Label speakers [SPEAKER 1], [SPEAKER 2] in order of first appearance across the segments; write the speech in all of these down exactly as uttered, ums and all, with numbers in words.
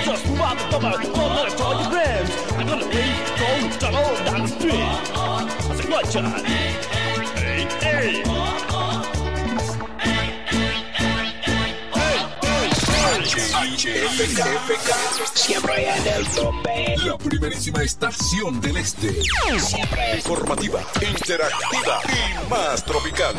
[SPEAKER 1] just about to come out. All night, all your grams. I'm gonna play, go, jump all down the street. I said, what, John? Hey, hey.
[SPEAKER 2] H F K, siempre en el tope.
[SPEAKER 3] La primerísima estación del este.
[SPEAKER 2] Siempre
[SPEAKER 3] informativa, interactiva y más tropical.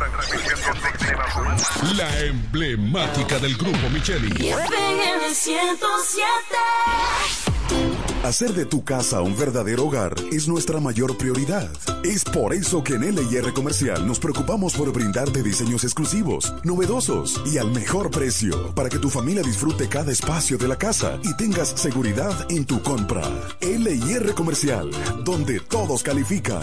[SPEAKER 3] La emblemática del grupo Micheli.
[SPEAKER 4] ciento siete.
[SPEAKER 5] Hacer de tu casa un verdadero hogar es nuestra mayor prioridad. Es por eso que en L y R Comercial nos preocupamos por brindarte diseños exclusivos, novedosos y al mejor precio para que tu familia disfrute cada espacio de la casa y tengas seguridad en tu compra. L y R Comercial, donde todos califican.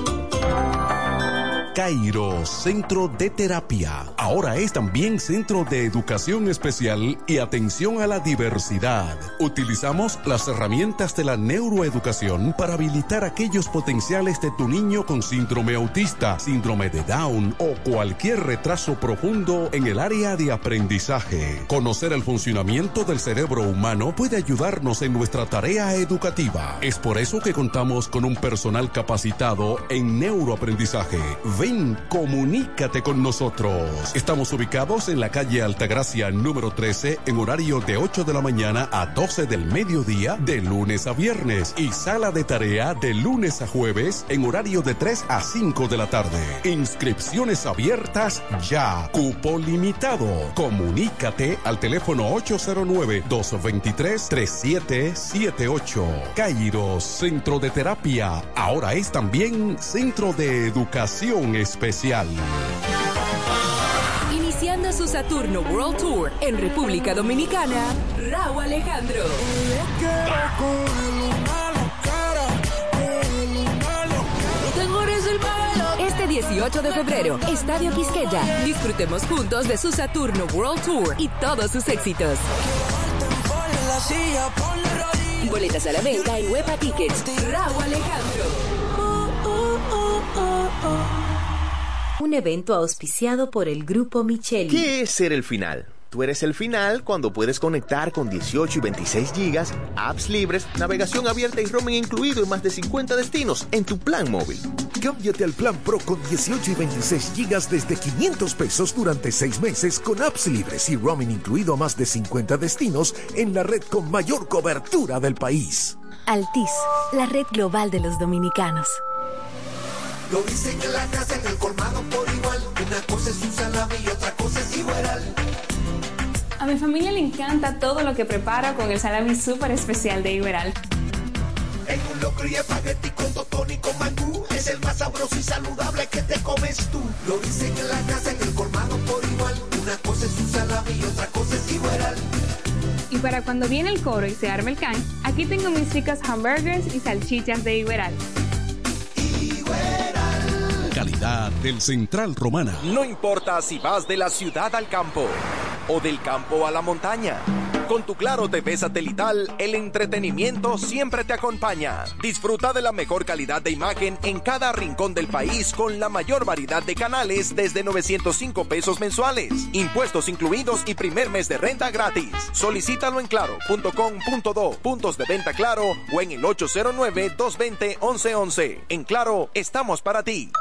[SPEAKER 6] Cairo, Centro de Terapia. Ahora es también Centro de Educación Especial y Atención a la Diversidad. Utilizamos las herramientas de la neuroeducación para habilitar aquellos potenciales de tu niño con síndrome autista, síndrome de Down o cualquier retraso profundo en el área de aprendizaje. Conocer el funcionamiento del cerebro humano puede ayudarnos en nuestra tarea educativa. Es por eso que contamos con un personal capacitado en neuroaprendizaje. Ven, comunícate con nosotros. Estamos ubicados en la calle Altagracia número trece en horario de ocho de la mañana a doce del mediodía de lunes a viernes y sala de tarea de lunes a jueves en horario de tres a cinco de la tarde. Inscripciones abiertas ya. Cupo limitado. Comunícate al teléfono ocho cero nueve, dos dos tres, tres siete siete ocho. Cairo, Centro de Terapia. Ahora es también Centro de Educación Especial.
[SPEAKER 7] Iniciando su Saturno World Tour en República Dominicana, Rauw Alejandro. Este dieciocho de febrero, Estadio Quisqueya. Disfrutemos juntos de su Saturno World Tour y todos sus éxitos. Boletas a la venta en Huepa Tickets. Rauw Alejandro. Un evento auspiciado por el Grupo Micheli.
[SPEAKER 8] ¿Qué es ser el final? Tú eres el final cuando puedes conectar con dieciocho y veintiséis gigas, apps libres, navegación abierta y roaming incluido en más de cincuenta destinos en tu plan móvil.
[SPEAKER 9] Cámbiate al plan Pro con dieciocho y veintiséis gigas desde quinientos pesos durante seis meses con apps libres y roaming incluido a más de cincuenta destinos en la red con mayor cobertura del país.
[SPEAKER 7] Altis, la red global de los dominicanos.
[SPEAKER 10] Lo dicen en la casa, en el colmado por igual. Una cosa es un salami y otra cosa es Igueral.
[SPEAKER 11] A mi familia le encanta todo lo que prepara con el salami súper especial de Igueral.
[SPEAKER 10] En un locro y espagueti con totón y con mangú. Es el más sabroso y saludable que te comes tú. Lo dicen en la casa, en el colmado por igual. Una cosa es un salami y otra cosa es Igueral.
[SPEAKER 11] Y para cuando viene el coro y se arma el can, aquí tengo mis ricos hamburgers y salchichas de Igueral.
[SPEAKER 6] Calidad del Central Romana.
[SPEAKER 12] No importa si vas de la ciudad al campo o del campo a la montaña. Con tu Claro T V satelital, el entretenimiento siempre te acompaña. Disfruta de la mejor calidad de imagen en cada rincón del país con la mayor variedad de canales desde novecientos cinco pesos mensuales. Impuestos incluidos y primer mes de renta gratis. Solicítalo en claro punto com punto do, puntos de venta Claro o en el ocho cero nueve, dos dos cero, once once. En Claro, estamos para ti.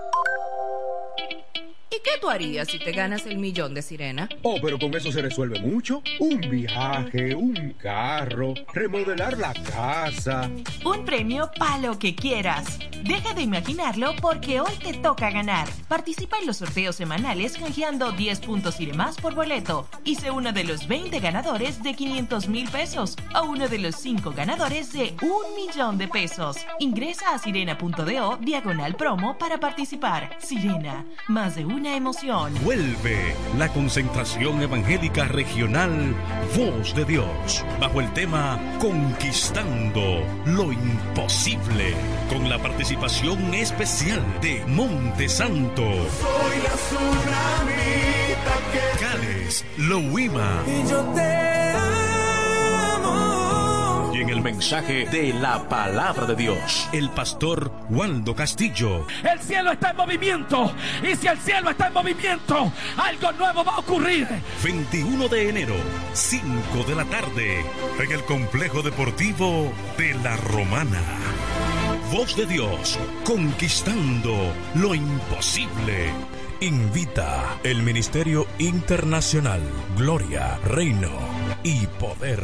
[SPEAKER 13] ¿Y qué tú harías si te ganas el millón de Sirena?
[SPEAKER 14] Oh, pero con eso se resuelve mucho. Un viaje, un carro, remodelar la casa.
[SPEAKER 15] Un premio para lo que quieras. Deja de imaginarlo porque hoy te toca ganar. Participa en los sorteos semanales canjeando diez puntos y demás por boleto. Y sé uno de los veinte ganadores de quinientos mil pesos o uno de los cinco ganadores de un millón de pesos. Ingresa a sirena.do diagonal promo para participar. Sirena, más de una emoción.
[SPEAKER 16] Vuelve la concentración evangélica regional Voz de Dios, bajo el tema Conquistando lo Imposible, con la participación especial de Monte Santo,
[SPEAKER 10] Soy la tsunamita que
[SPEAKER 16] Cales, Loíma
[SPEAKER 10] y yo te amo.
[SPEAKER 16] y en el mensaje de la palabra de Dios. El pastor Waldo Castillo.
[SPEAKER 17] El cielo está en movimiento, y si el cielo está en movimiento, algo nuevo va a ocurrir.
[SPEAKER 16] veintiuno de enero, cinco de la tarde, en el Complejo Deportivo de La Romana. Voz de Dios, conquistando lo imposible. Invita el Ministerio Internacional Gloria, Reino y Poder.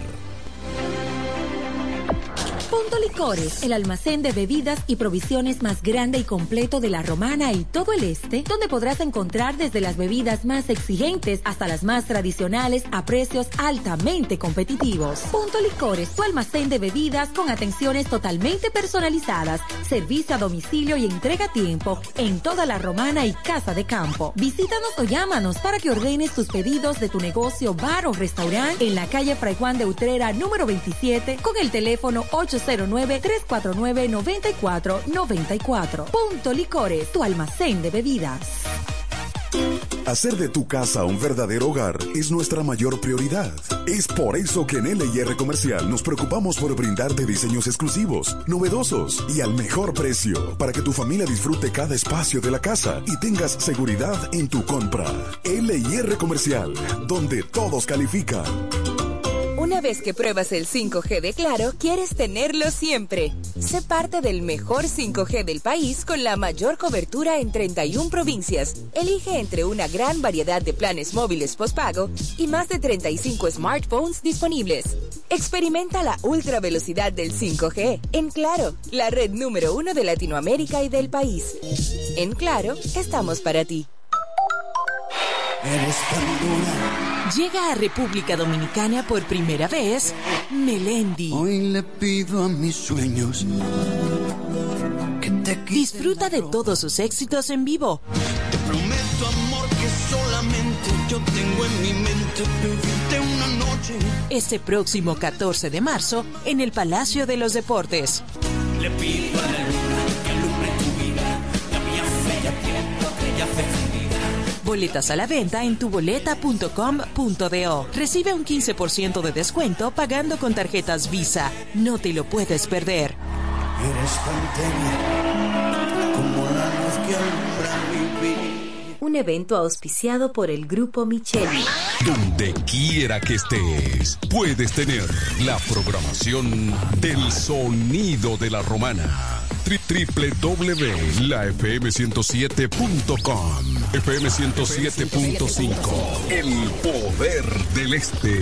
[SPEAKER 7] Punto Licores, el almacén de bebidas y provisiones más grande y completo de La Romana y todo el este, donde podrás encontrar desde las bebidas más exigentes hasta las más tradicionales a precios altamente competitivos. Punto Licores, tu almacén de bebidas con atenciones totalmente personalizadas, servicio a domicilio y entrega a tiempo en toda La Romana y Casa de Campo. Visítanos o llámanos para que ordenes tus pedidos de tu negocio, bar o restaurante en la calle Fray Juan de Utrera número veintisiete con el teléfono ocho cero nueve, tres cuatro nueve, nueve cuatro nueve cuatro. Punto Licores, tu almacén de bebidas.
[SPEAKER 5] Hacer de tu casa un verdadero hogar es nuestra mayor prioridad. Es por eso que en L y R Comercial nos preocupamos por brindarte diseños exclusivos, novedosos y al mejor precio para que tu familia disfrute cada espacio de la casa y tengas seguridad en tu compra. L y R Comercial, donde todos califican.
[SPEAKER 7] Una vez que pruebas el cinco G de Claro, quieres tenerlo siempre. Sé parte del mejor cinco G del país con la mayor cobertura en treinta y una provincias. Elige entre una gran variedad de planes móviles postpago y más de treinta y cinco smartphones disponibles. Experimenta la ultra velocidad del cinco G en Claro, la red número uno de Latinoamérica y del país. En Claro, estamos para ti.
[SPEAKER 10] Eres tan dura.
[SPEAKER 15] Llega a República Dominicana por primera vez Melendi.
[SPEAKER 10] Hoy le pido a mis sueños que te
[SPEAKER 15] Disfruta de todos sus éxitos en vivo.
[SPEAKER 10] Te prometo, amor, que solamente yo tengo en mi mente pedirte una noche.
[SPEAKER 15] Este próximo catorce de marzo en el Palacio de los Deportes.
[SPEAKER 10] Le pido a la luna que alumbre tu vida, la mía fe ya tiempo que ya fe.
[SPEAKER 15] Boletas a la venta en tuboleta punto com punto do. Recibe un quince por ciento de descuento pagando con tarjetas Visa. No te lo puedes perder.
[SPEAKER 10] Eres tan tenue como la luz que alumbra mi vida.
[SPEAKER 7] Un evento auspiciado por el Grupo Micheli.
[SPEAKER 6] Donde quiera que estés, puedes tener la programación del sonido de La Romana. doble u doble u doble u punto la f m ciento siete punto com. F M ciento siete punto cinco. El poder del este.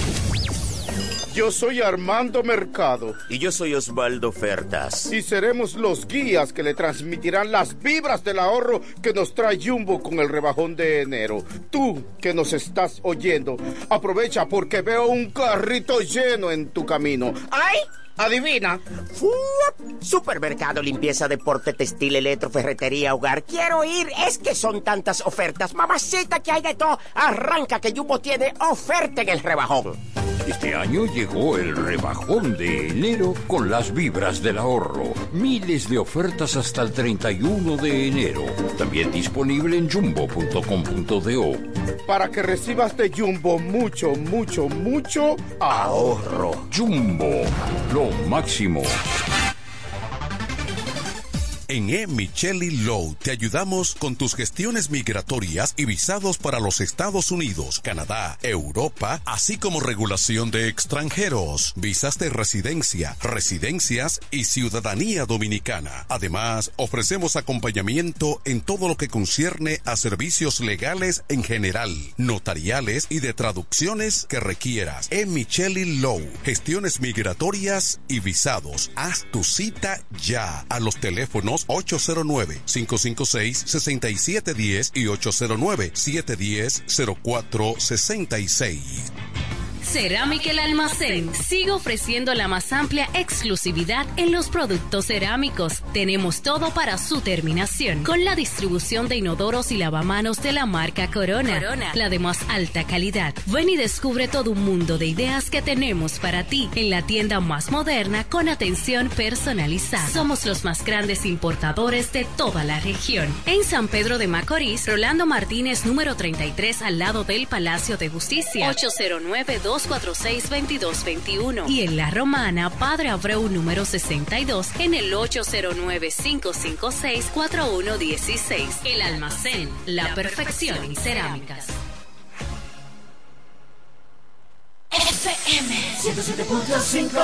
[SPEAKER 18] Yo soy Armando Mercado.
[SPEAKER 8] Y yo soy Osvaldo Fertas.
[SPEAKER 18] Y seremos los guías que le transmitirán las vibras del ahorro que nos trae Jumbo con el rebajón de enero. Tú que nos estás oyendo, aprovecha porque veo un carrito lleno en tu camino. ¡Ay! Adivina.
[SPEAKER 19] ¡Fuop! Supermercado, limpieza, deporte, textil, electro, ferretería, hogar. Quiero ir. Es que son tantas ofertas. Mamacita, que hay de todo. Arranca que Jumbo tiene oferta en el rebajón.
[SPEAKER 20] Este año llegó el rebajón de enero con las vibras del ahorro. Miles de ofertas hasta el treinta y uno de enero. También disponible en jumbo punto com punto do.
[SPEAKER 18] Para que recibas de Jumbo mucho, mucho, mucho ahorro.
[SPEAKER 20] Jumbo, lo máximo.
[SPEAKER 6] En E. Micheli Law te ayudamos con tus gestiones migratorias y visados para los Estados Unidos, Canadá, Europa, así como regulación de extranjeros, visas de residencia, residencias y ciudadanía dominicana. Además, ofrecemos acompañamiento en todo lo que concierne a servicios legales en general, notariales y de traducciones que requieras. E. Micheli Law, gestiones migratorias y visados. Haz tu cita ya a los teléfonos ocho cero nueve, cinco cinco seis, seis siete uno cero y ocho cero nueve, siete uno cero, cero cuatro seis seis.
[SPEAKER 21] Cerámica El Almacén sigue ofreciendo la más amplia exclusividad en los productos cerámicos. Tenemos todo para su terminación, con la distribución de inodoros y lavamanos de la marca Corona, Corona, la de más alta calidad. Ven y descubre todo un mundo de ideas que tenemos para ti en la tienda más moderna con atención personalizada. Somos los más grandes importadores de toda la región. En San Pedro de Macorís, Rolando Martínez número treinta y tres al lado del Palacio de Justicia. ocho cero nueve, dos dos cuatro seis, dos dos dos uno. Y en La Romana, Padre Abreu número sesenta y dos, en el ocho cero nueve, cinco cinco seis, cuatro uno uno seis. El Almacén, la perfección en cerámicas.
[SPEAKER 4] F M ciento siete punto cinco.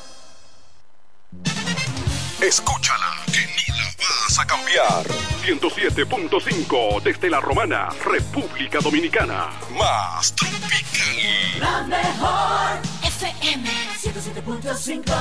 [SPEAKER 3] Escúchala, que no la vas a cambiar. ciento siete punto cinco desde La Romana, República Dominicana. Más tropical.
[SPEAKER 4] La mejor F M ciento siete punto cinco.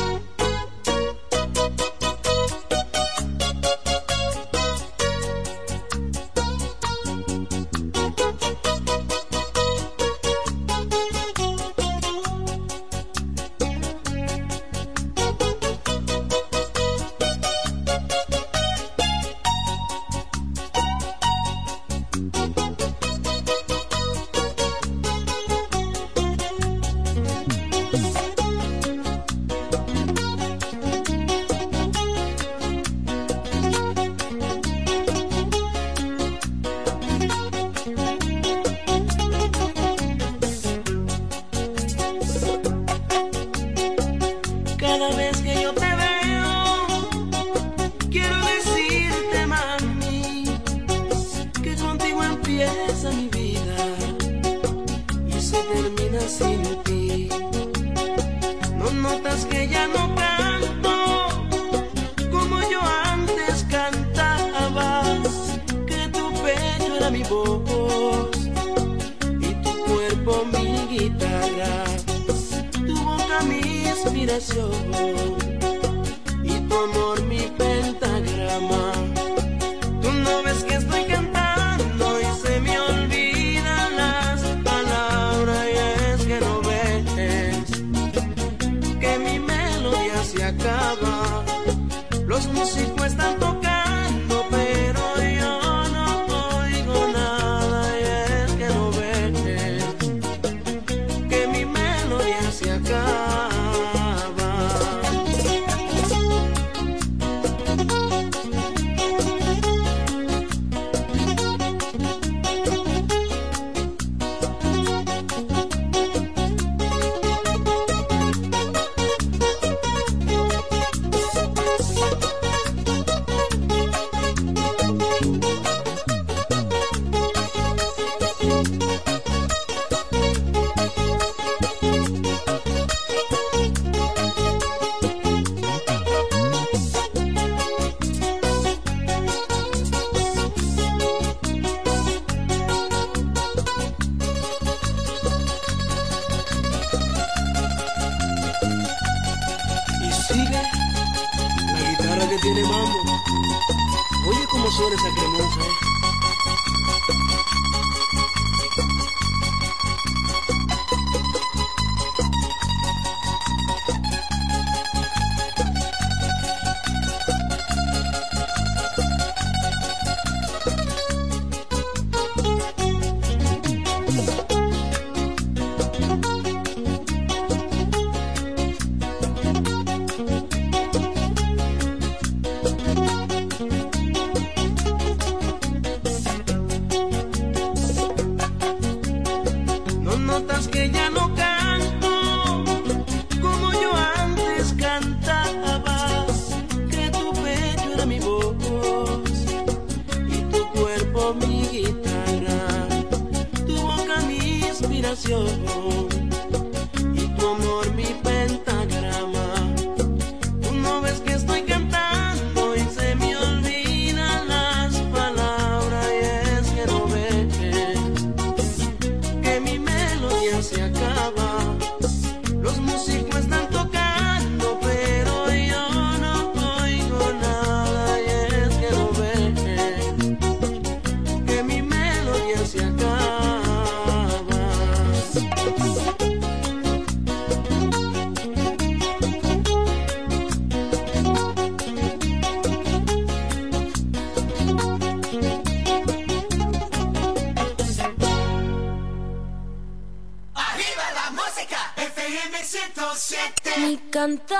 [SPEAKER 4] Mi cantar,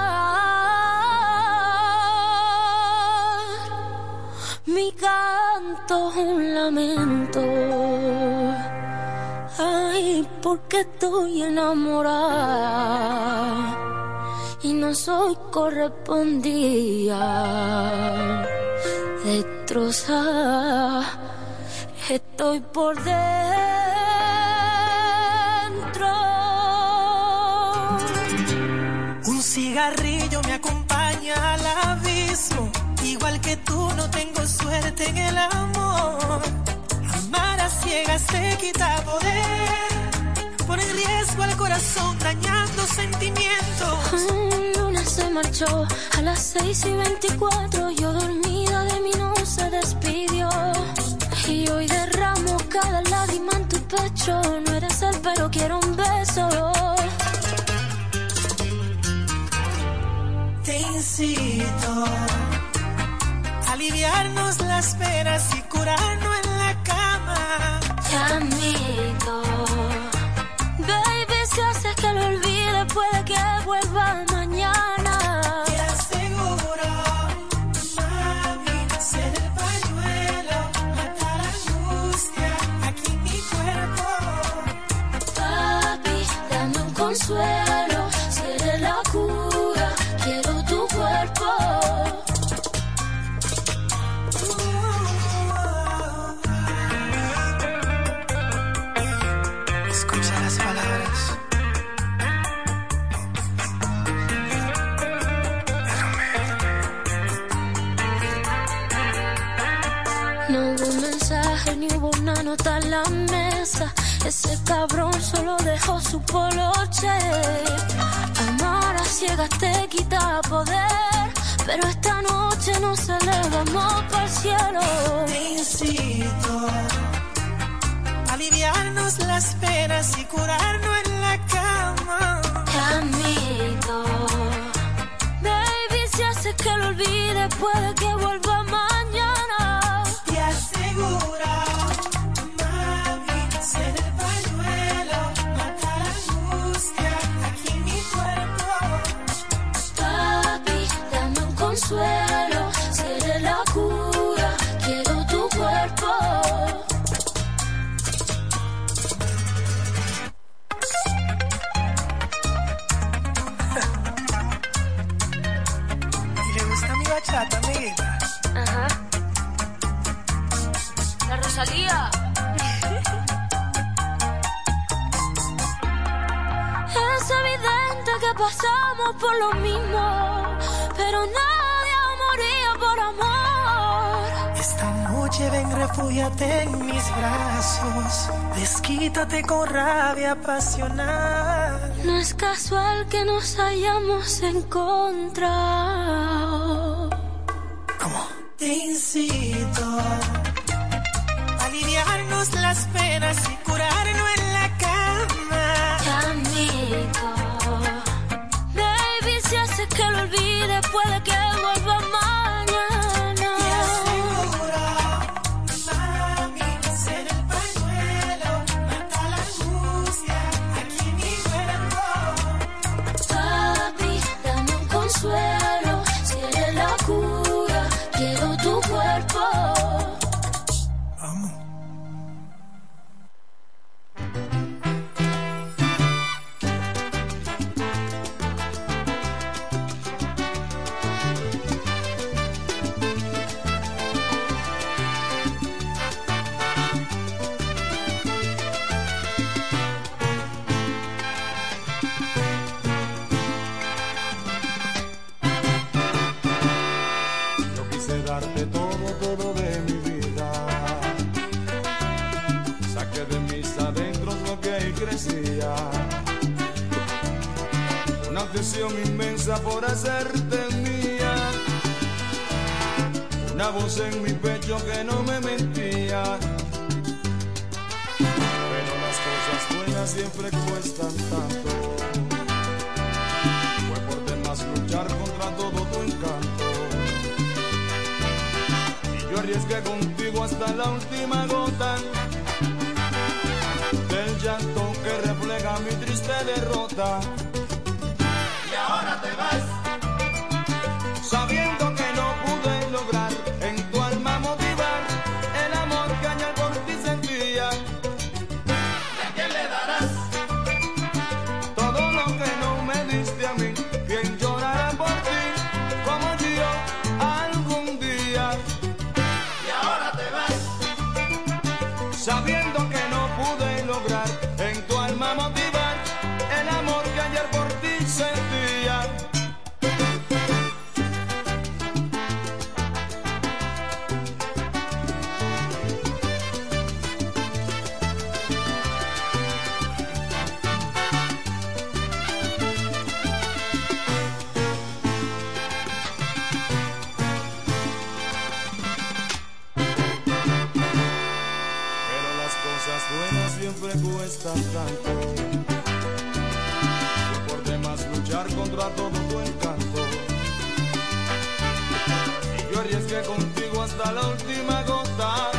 [SPEAKER 4] mi canto un lamento. Ay,
[SPEAKER 1] porque estoy enamorada y no soy correspondida. Destrozada estoy por dentro.
[SPEAKER 22] Un cigarrillo me acompaña al abismo. Igual que tú no tengo suerte en el amor. Amar a ciegas te quita poder. Pone en riesgo al corazón dañando sentimientos.
[SPEAKER 1] El lunes se marchó a las seis y veinticuatro. Yo dormida de mí no se despidió. Y hoy derramo cada lágrima en tu pecho. No eres él pero quiero un beso.
[SPEAKER 22] Te incito a aliviarnos las penas y curarnos en la cama.
[SPEAKER 1] Te admito, baby, si haces que lo olvide puede que vuelva mañana.
[SPEAKER 22] Te aseguro, mami, ser el pañuelo, matar la angustia aquí en mi cuerpo.
[SPEAKER 1] Papi, dame un consuelo, seré la cura, quiero tu cuerpo.
[SPEAKER 22] Escucha las palabras.
[SPEAKER 1] No hubo un mensaje ni hubo una nota en la mesa. Ese cabrón solo dejó su poloche. Amar a ciegas te quita poder, pero esta noche nos elevamos para el cielo.
[SPEAKER 22] Te incito a aliviarnos las penas y curarnos en la cama.
[SPEAKER 1] Te admito, baby, si haces que lo olvide puede que vuelva mañana.
[SPEAKER 22] Te aseguro, mami, ser el pañuelo, matar la angustia aquí en mi cuerpo.
[SPEAKER 1] Papi, dame un consuelo, seré la cura, quiero tu cuerpo.
[SPEAKER 22] ¿Y le gusta mi bachata, amiguita?
[SPEAKER 1] Ajá. La Rosalía. Es evidente que pasamos por lo mismo, pero nadie moría por amor.
[SPEAKER 22] Esta noche ven, refúgiate en mis brazos. Desquítate con rabia pasional.
[SPEAKER 1] No es casual que nos hayamos encontrado.
[SPEAKER 22] ¿Cómo? Te incito a aliviarnos las penas y curarnos en la cama.
[SPEAKER 1] Te admito, baby, si haces que lo olvide puede que vuelva mañana.
[SPEAKER 22] Te aseguro, mami, ser el pañuelo, matar la angustia aquí en mi cuerpo.
[SPEAKER 1] Papi, dame un consuelo, seré la cura, quiero tu cuerpo.
[SPEAKER 22] Vamos.
[SPEAKER 23] Yo quise darte todo, todo de mi vida. Saqué de mis adentros lo que ahí crecía. Una obsesión inmensa por hacerte mía. Una voz en mi pecho que no me mentía. Pero las cosas buenas siempre cuestan tanto. Fue por demás luchar contra todo tu encanto. Yo arriesgué contigo hasta la última gota del llanto que refleja mi triste derrota. Y ahora te vas, sabiendo que no pude lograr en tu alma motivar el amor que añal por ti sentía. ¿Y a quién le darás contra todo tu encanto. Y yo arriesgué contigo hasta la última gota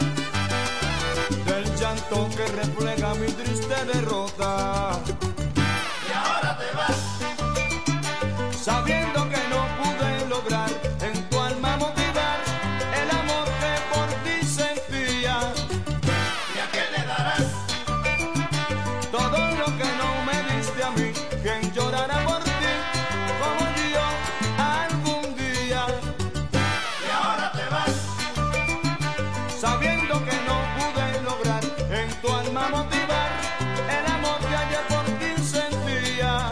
[SPEAKER 23] del llanto que refleja mi triste derrota.
[SPEAKER 10] Y ahora te vas,
[SPEAKER 23] sabiendo que no pude lograr en tu alma motivar el amor que por ti sentía.
[SPEAKER 10] ¿Y a qué le darás
[SPEAKER 23] todo lo que no me diste a mí? Quien llorará por ti como yo algún día.
[SPEAKER 10] Y ahora te vas,
[SPEAKER 23] sabiendo que no pude lograr en tu alma motivar el amor que ayer por ti sentía.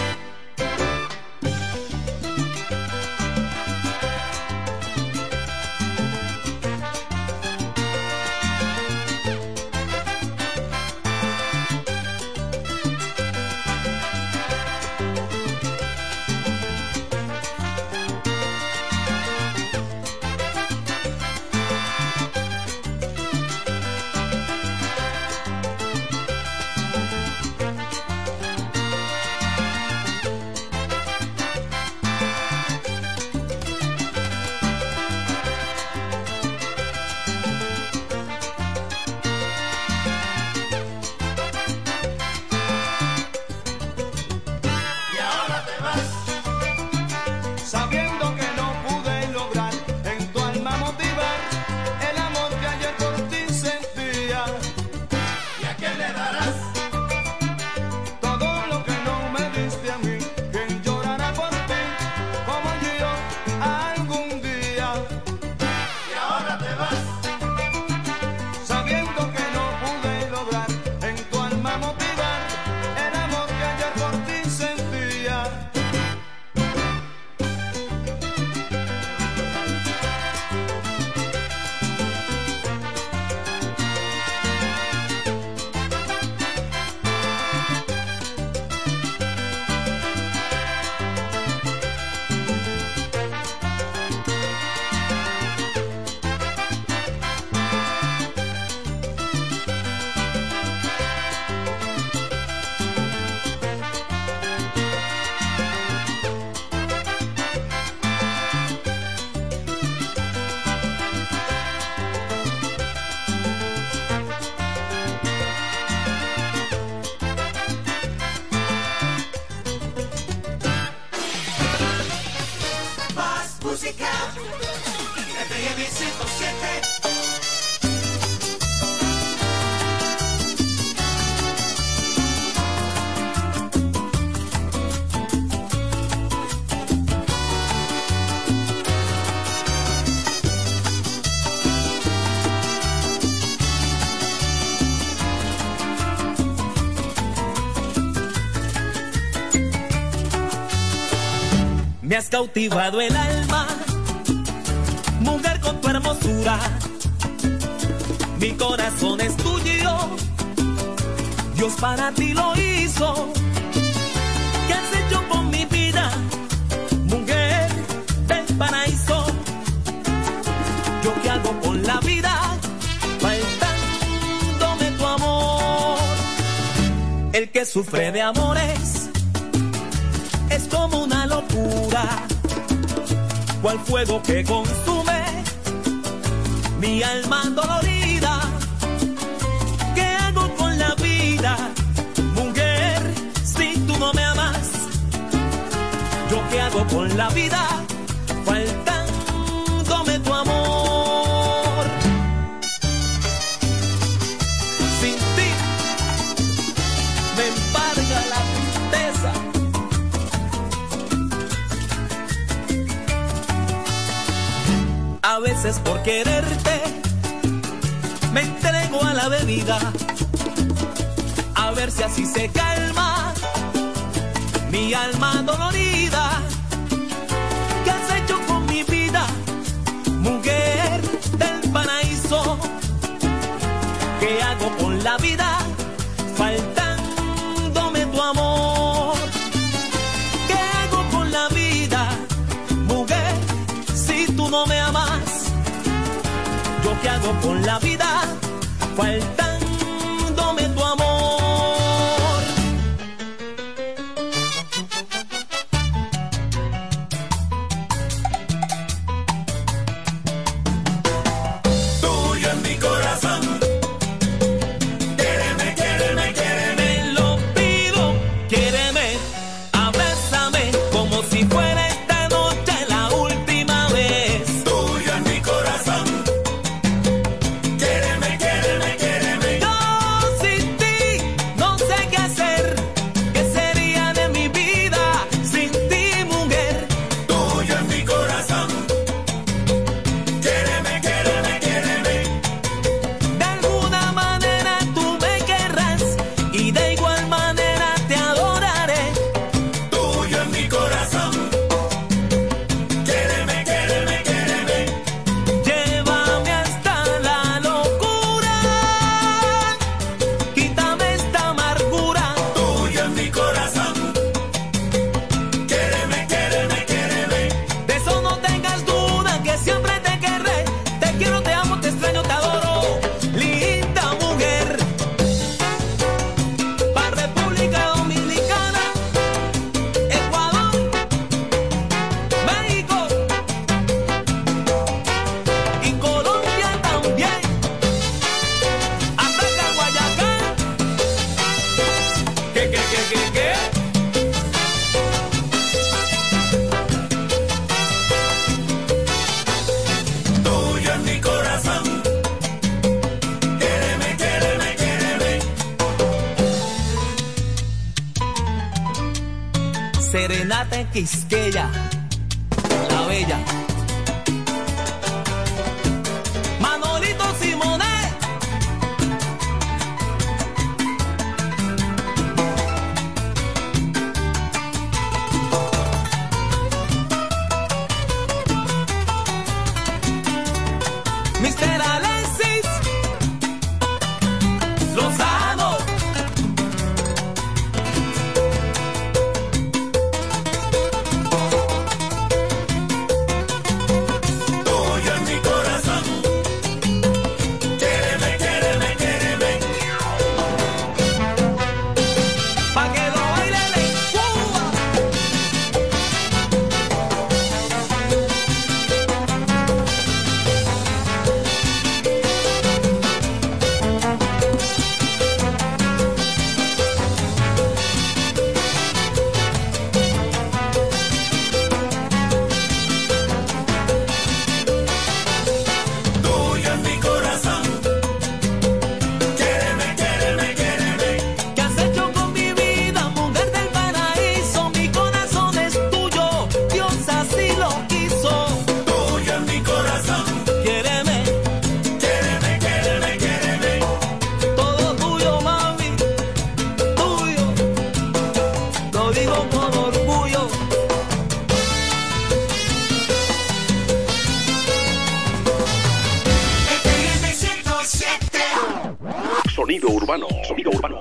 [SPEAKER 23] Sabiendo que no pude lograr en tu alma motivar el amor que ayer por ti sentía.
[SPEAKER 10] ¿y a qué le darás
[SPEAKER 23] todo lo que no me diste a mí? Quien llorará por ti como yo algún día.
[SPEAKER 10] Y ahora te vas,
[SPEAKER 23] sabiendo que no pude lograr en tu alma motivar el amor que ayer por ti sentía.
[SPEAKER 10] más música, F M ciento siete.
[SPEAKER 2] Me has cautivado el alma, mujer con tu hermosura. Mi corazón es tuyo, Dios para ti lo hizo. ¿Qué has hecho con mi vida, mujer del paraíso? ¿Yo qué hago con la vida, faltándome tu amor? El que sufre de amores es como una locura, cual fuego que consume mi alma dolorida. ¿Qué hago con la vida, mujer, si tú no me amas? ¿Yo qué hago con la vida, faltándome tu amor? Sin ti me embarga la tristeza. A veces por quererte me entrego a la bebida, a ver si así se calma mi alma dolorida. ¿Qué has hecho con mi vida, mujer del paraíso? ¿Qué hago con la vida, faltándome tu amor? ¿Qué hago con la vida, mujer, si tú no me amas? ¿Yo qué hago con la vida, faltándome tu amor? Serenata en Quisqueya, la bella. Manolito Simone. mister Alexis Lozano.
[SPEAKER 10] Tuyo en mi corazón. Quéreme, quéreme, quéreme.
[SPEAKER 2] Pa' que lo bailen en Cuba.
[SPEAKER 10] Tuyo en mi corazón. Quéreme, quéreme, quéreme.
[SPEAKER 2] ¿Qué has hecho con mi vida, mujer del paraíso? Mi corazón es tuyo, Dios así lo quiso.
[SPEAKER 10] Tuyo en mi corazón.
[SPEAKER 2] Quiéreme,
[SPEAKER 10] Quéreme, quéreme, quéreme.
[SPEAKER 2] todo tuyo, mami, tuyo. Lo digo con orgullo.
[SPEAKER 10] F M ciento siete.
[SPEAKER 3] Sonido urbano, sonido urbano.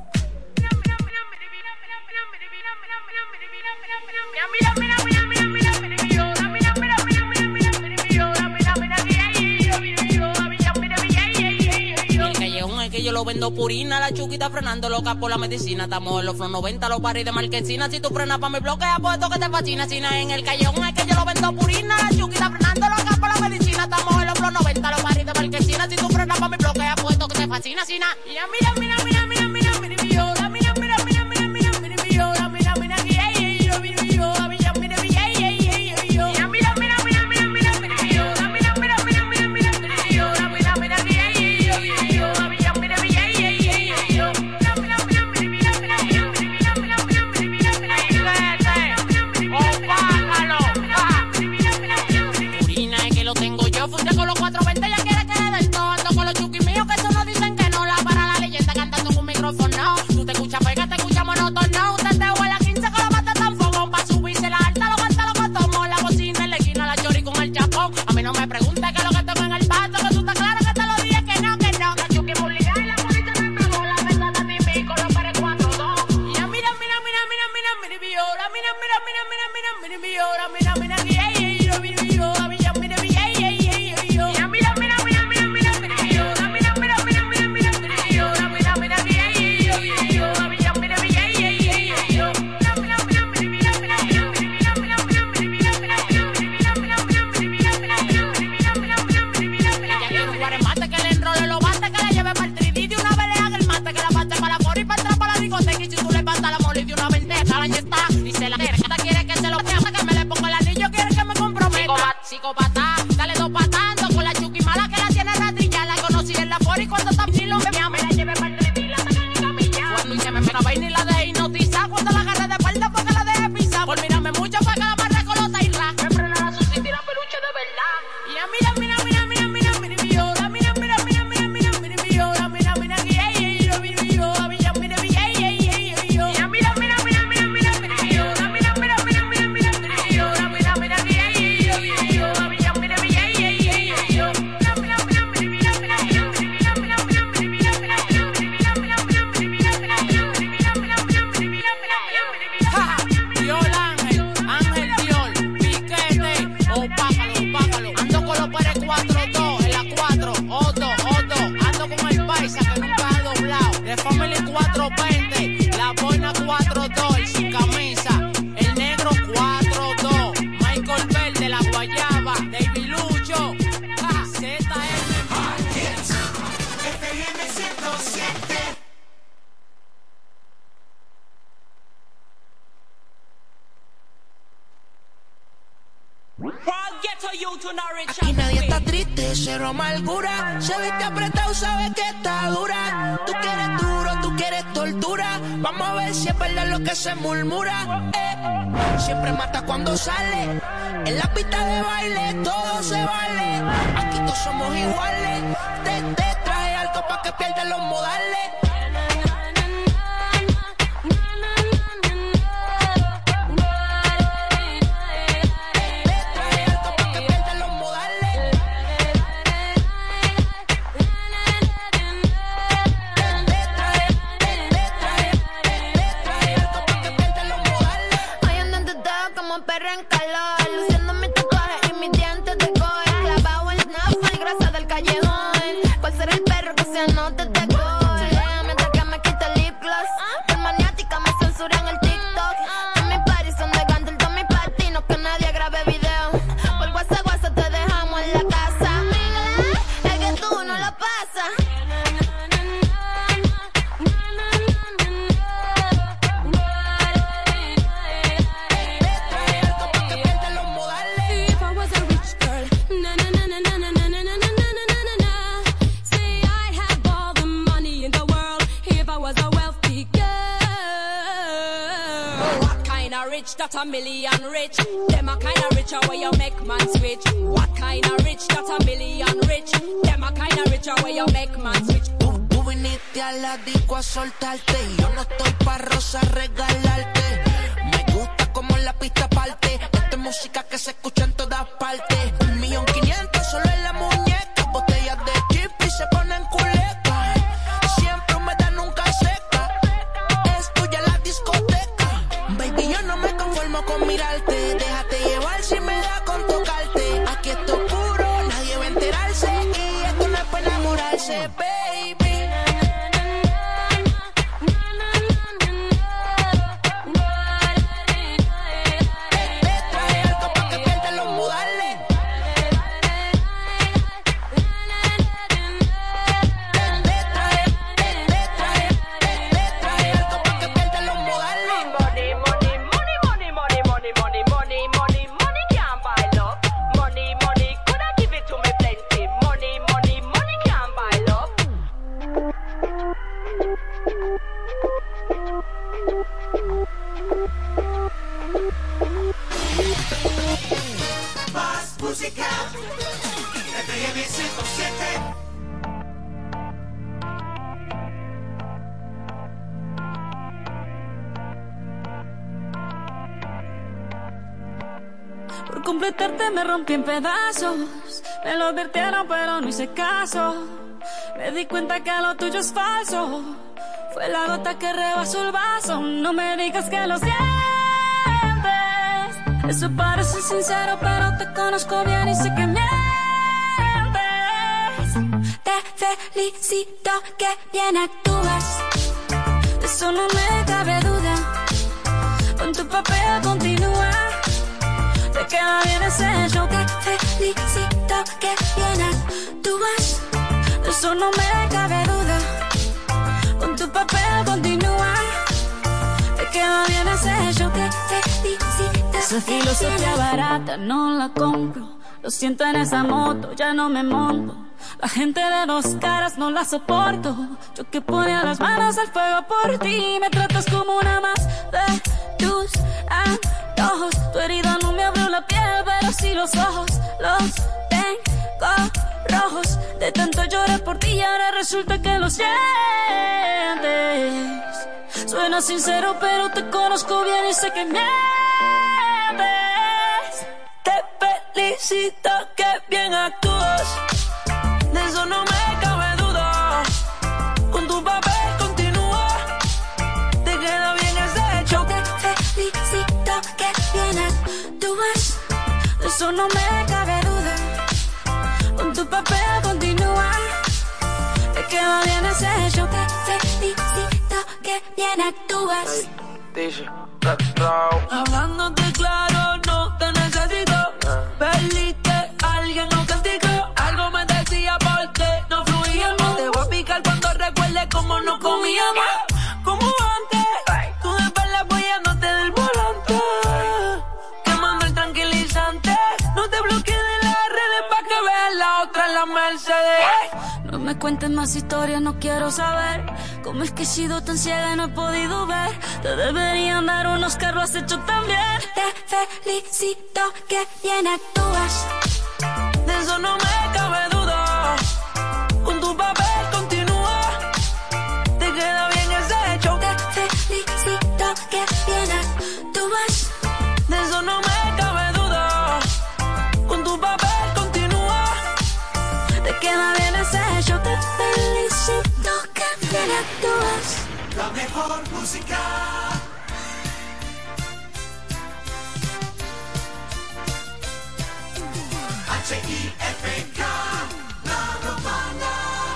[SPEAKER 9] El callejón es que yo lo vendo purina, la chuquita frenando loca por la medicina. Estamos en los Flow noventa, los paris de Marquesina. Si tú frenas pa' mi bloque, apuesto que te fascina. Sina en el callejón es que yo lo vendo purina, la chuquita frenando loca por la medicina. Estamos en los Flow noventa, los paris de Marquesina. Si tú frenas pa' mi bloque, apuesto que te fascina. Sina. Mira, mira, mira, mira, mira, mira, mira, mira, mira, mira, mira, mira, mira, mira, mira, mira, mira, aquí, ay, ay, yo, mira, yo, mira, mira, mira, ay, ay, ay, ay, yo. Mira, mira, mira, mira, mira, mira, mira, mira, mira, mira, mira, mira, mira, mira, yo, mira, mira, aquí, ay, ay, yo, mira, yo, mira, mira, mira, ay, ay, ay, ay, yo. Mira, mira, mira, mira, mira, mira, mira, mira, mira, mira, mira, mira, mira, Purina es que lo tengo yo, fuiste con los cuatro veinte, ya quiere que le den todo. Ando con los chuquis míos que solo dicen que no. La para la leyenda cantando en un micrófono. Tú te escuchas pega, te escuchas monótono. Usted te huele a quince con la mata tan fogón. Pa' subirse la alta, lo canta, lo cotomo. La bocina en la esquina, la chori con el chapón. A mí no me preguntes qué es lo que tengo en el pato, que tú estás claro que te lo dije que no, que no. La chuqui publica y la polita me pegó. La verdad a ti pico, lo pare cuatro dos. Y ya mira, mira, mira, mira, mira, mira, viola. Mira, mira, mira, mira, mira, mira, viola. Mira, mira, aquí, ay, ay, yo, mira, yo, mira, mira, mira, ay, ay, ay, ay, yo. Ya mira, mira, mira, mira, mira, mira, viola. Mira, mira, mira, mira, mira, mira, viola. Mira, mira, aquí, ay, ay, yo, mira, yo, mira, mira, mira, ay, ay, ay, ay, yo. Mira, mira, mira, mira, mira, mira, mira, mira, mira, mira, mira, mira, mira, mira, ella quiere un guaremate que le enrole los bates, que le lleve para el tridí de una vez le haga el mate, que la pase para la fora y para atrás para la discoteca. Y si tú le pasas la moli de una venteja, la está, dice la terca, quiere que se lo pega, que me le ponga el anillo, quiere que
[SPEAKER 11] Aquí nadie está triste, cero amargura. Se ve que apretado, sabe que está dura. Tú quieres duro, tú quieres tortura. Vamos a ver si es verdad lo que se murmura. Eh, siempre mata cuando sale. En la pista de baile todo se vale. Aquí todos somos iguales. Te, te trae algo pa' que pierdas los modales.
[SPEAKER 12] That a million rich, them a kinda richer where you make man switch. What kinda rich? That a million rich, them a kinda richer where you make man switch.
[SPEAKER 11] Tú, tú viniste a la disco a soltarte y yo no estoy pa' rosa regalarte. Me gusta como la pista parte, esta es música que se escucha en todas partes. Un millón quinientos solo en la muñeca, botellas de chip y se ponen culeca. Siempre humedad nunca seca, es tuya la discoteca. Baby, yo no me conformo con mirarte, déjate llevar si me da con tocarte. Aquí esto es puro, nadie va a enterarse y esto no es para enamorarse, baby.
[SPEAKER 10] Más música, F M ciento siete.
[SPEAKER 12] Por completarte me rompí en pedazos. Me lo advirtieron pero no hice caso. Me di cuenta que lo tuyo es falso. Fue la gota que rebasó el vaso. No me digas que lo sientes. Eso parece sincero pero te conozco bien y sé que mientes. Te felicito que bien actúas. De eso no me cabe duda. Con tu papel continúa. Te queda bien ese show. Te felicito que bien actúas. De eso no me cabe duda. Con tu papel continúa. Te queda bien ese show. Te felicito. Esa filosofía barata no la compro. Lo siento en esa moto, ya no me monto. La gente de dos caras no la soporto. Yo que ponía las manos al fuego por ti. Me tratas como una más de tus antojos. Tu herida no me abrió la piel, pero sí los ojos. Los tengo rojos. De tanto lloré por ti y ahora resulta que lo sientes. Suena sincero, pero te conozco bien y sé que mientes. Te felicito que bien actúas. De eso no me cabe duda. Con tu papel continúa. Te queda bien ese hecho. Te felicito que bien actúas. De eso no me cabe duda. Con tu papel continúa. Te queda bien ese hecho. Te felicito que bien actúas. Hablándote claro, no te necesito. Perdiste, alguien nos castigó. Algo me decía porque no fluíamos. Te voy a picar cuando recuerde cómo nos comíamos. Como antes, tú de espalda apoyándote del volante. Quemando el tranquilizante. No te bloquees de me cuentes más historias, no quiero saber cómo es que he sido tan ciega y no he podido ver. Te deberían dar un Oscar, lo has hecho tan bien. Te felicito, que bien actúas.
[SPEAKER 22] De eso no me cabe duda. Con tu papel continúa. Te queda bien ese hecho.
[SPEAKER 12] Te felicito, que bien actúas.
[SPEAKER 22] De eso no me cabe duda. Con tu papel continúa.
[SPEAKER 12] Te queda bien ese hecho. Te felicito, que bien actúas.
[SPEAKER 10] La mejor música. H I F K, La Romana.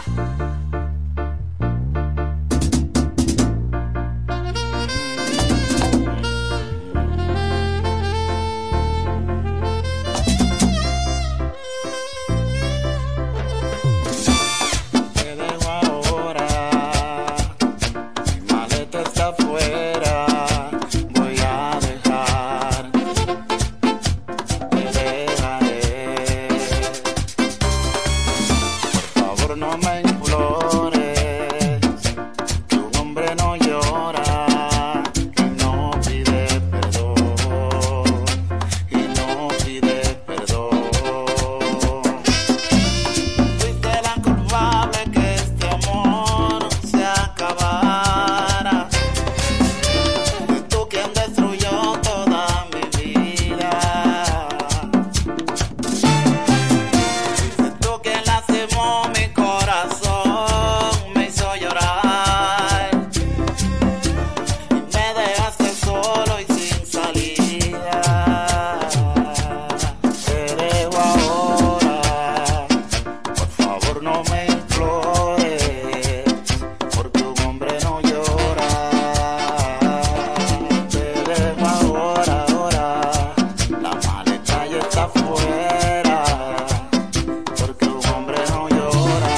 [SPEAKER 23] Te dejo ahora, mi maleta está afuera, voy a dejar, te dejaré. Por favor no me implores, que un hombre no llora y no pide perdón, y no pide perdón. Fuiste la culpable que este amor se acabara. Fuiste tú quien destruyó toda mi vida. Fuiste tú quien lastimó mi corazón, me hizo llorar y me dejaste solo y sin salida. Te dejo ahora, por favor no me implores, porque un hombre no llora. Te dejo ahora, ahora, la maleta ya está afuera, porque un hombre no llora.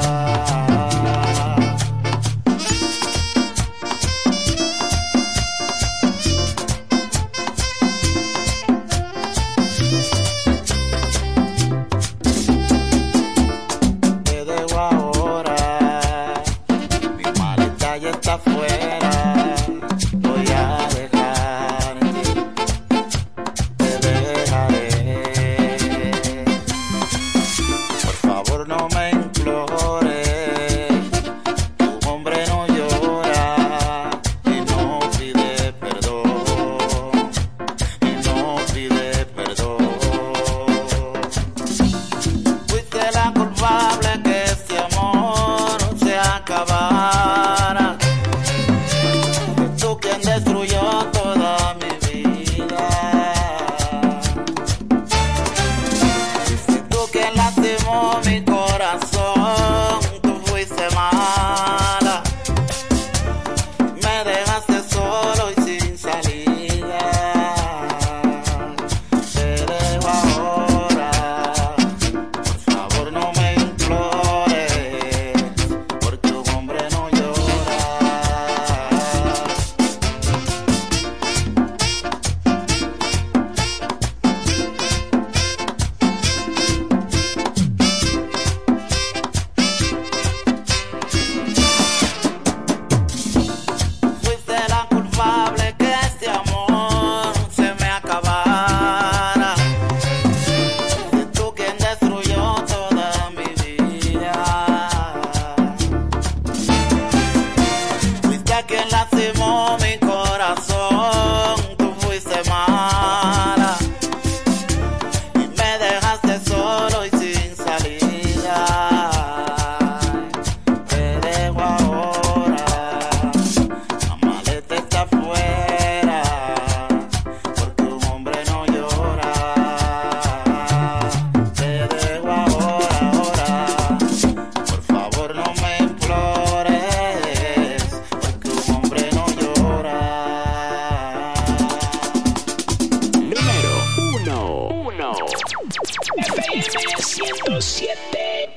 [SPEAKER 23] Te dejo ahora, mi maleta ya está afuera, voy a dejarte, te dejaré. Por favor no me implores, un hombre no llora y no pide perdón, y no pide perdón. Fuiste la culpable que este amor se acabara. Fuiste tú quien destruyó toda mi vida. Fuiste tú quien lastimó mi corazón. Tú fuiste mala. Me dejaste solo y sin salida. Te dejo ahora. Por favor no me implores, porque un hombre no llora. Fuiste la culpable que este amor se me acabara. Fuiste tú quien destruyó toda mi vida. Fuiste a quien lastimó mi corazón. Tú fuiste mala y me dejaste solo y sin salida. Te dejo ahora, la maleta está afuera, porque un hombre no llora. Te dejo ahora, ahora, por favor no me implores, porque un hombre no llora.
[SPEAKER 13] Número uno. Uno. F M ciento siete.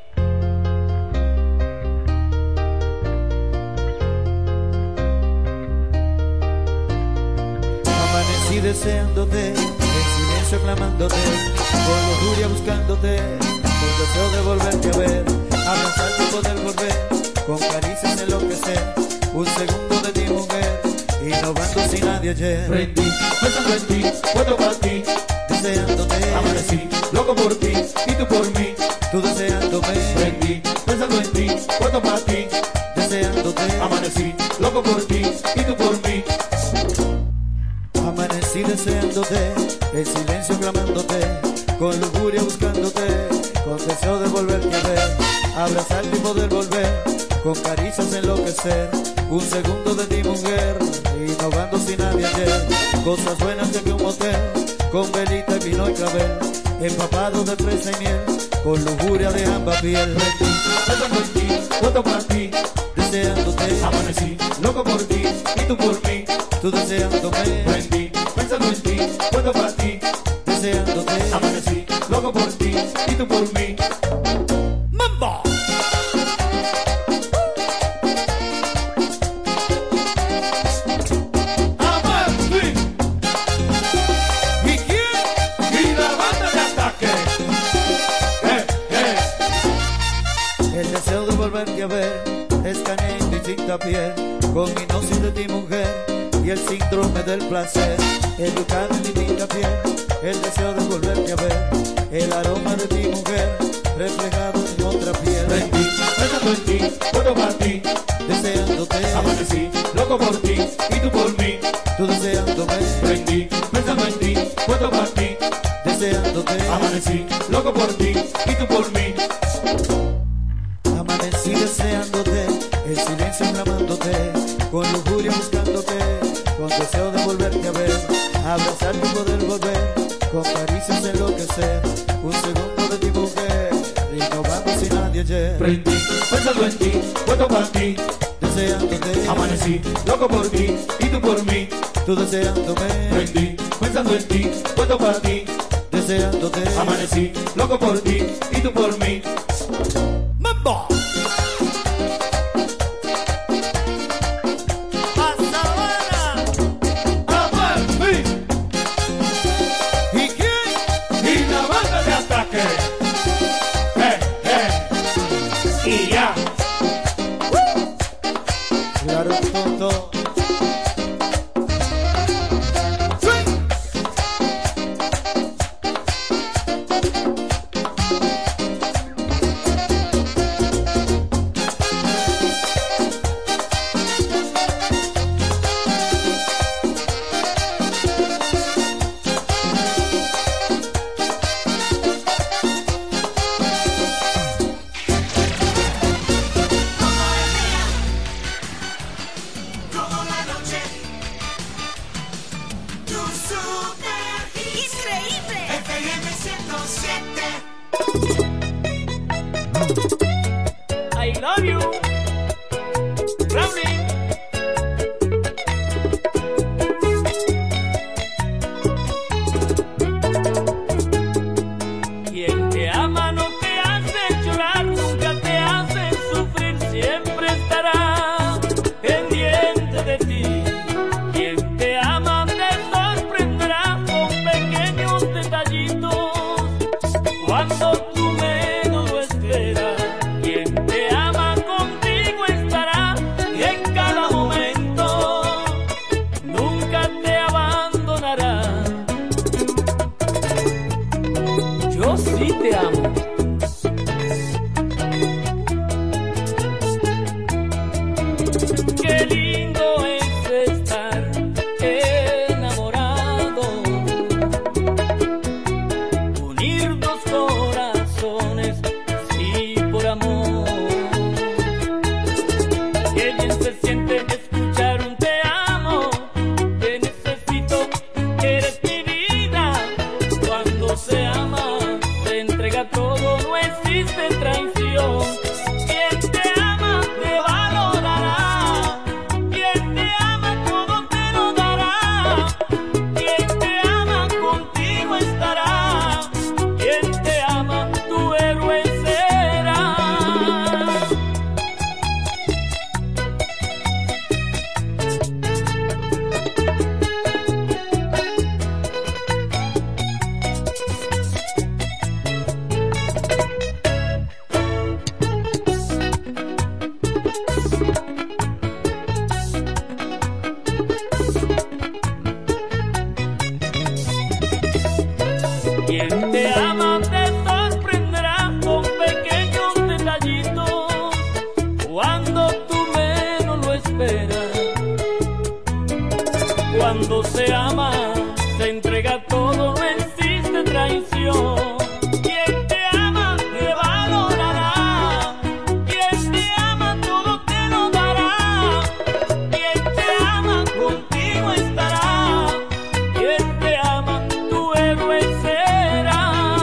[SPEAKER 14] Amanecí deseándote, en silencio clamándote, por lujuria buscándote, con deseo de volverte a ver. abrazarte y poder volver, con caricias enloquecer, un segundo de ti mujer, innovando sin nadie ayer.
[SPEAKER 23] Prendí, pensando en ti, puesto para ti,
[SPEAKER 14] deseándote,
[SPEAKER 23] amanecí, loco por ti, y tú por mí,
[SPEAKER 14] tú deseándome.
[SPEAKER 23] Prendí, pensando en ti, puesto para ti,
[SPEAKER 14] deseándote,
[SPEAKER 23] amanecí, loco por ti, y tú por mí.
[SPEAKER 14] Amanecí deseándote, en silencio clamándote, con lujuria buscándote, con deseo de volverte a ver, abrazarte y poder volver, con caricias enloquecer, un segundo de ti mujer, innovando sin nadie ayer, cosas buenas de que un motel, con velita y vino y clavel, empapado de fresa y miel, con lujuria de ambas piel.
[SPEAKER 23] Pensando en ti, puesto para ti,
[SPEAKER 14] deseándote,
[SPEAKER 23] amanecí, loco por ti, y tú por mí,
[SPEAKER 14] tú deseándome.
[SPEAKER 23] Prendí, pensando en ti, puesto para ti,
[SPEAKER 14] deseándote,
[SPEAKER 23] amanecí, loco por ti, y tú por mí.
[SPEAKER 14] ¡Mambo! Volverte a ver, escaneé tu distinta piel, con hipnosis de ti mujer, y el síndrome del placer, educada en distinta piel, el deseo de volverte a ver, el aroma de ti mujer, reflejado en otra piel.
[SPEAKER 23] Prendí, pensando en ti, puesto para ti,
[SPEAKER 14] deseándote,
[SPEAKER 23] amanecí, loco por ti, y tú por mí,
[SPEAKER 14] tú deseándome.
[SPEAKER 23] Prendí, pensando en ti, puesto para ti,
[SPEAKER 14] deseándote,
[SPEAKER 23] amanecí, loco por ti, y tú por mí.
[SPEAKER 14] Amanecí deseándote, en silencio clamándote, con lujuria buscándote, con deseo de volverte a ver, abrazarte y poder volver, con caricias enloquecer, un segundo de ti mujer, innovando sin nadie ayer.
[SPEAKER 23] Prendí, pensando en ti, puesto para ti,
[SPEAKER 14] deseándote,
[SPEAKER 23] amanecí, loco por ti, y tú por mí,
[SPEAKER 14] tú deseándome.
[SPEAKER 23] Prendí, pensando en ti, puesto para ti,
[SPEAKER 14] deseándote,
[SPEAKER 23] amanecí, loco por ti, y tú por mí.
[SPEAKER 14] ¡Mambo!
[SPEAKER 23] Y ya.
[SPEAKER 14] Claro, tonto.
[SPEAKER 5] Se ama, se entrega todo.
[SPEAKER 2] Quien te ama te sorprenderá con pequeños detallitos cuando tú menos lo esperas. Cuando se ama, se entrega todo, no existe traición. Quien te ama te valorará, quien te ama todo te lo dará, quien te ama contigo estará, quien te ama tu héroe será.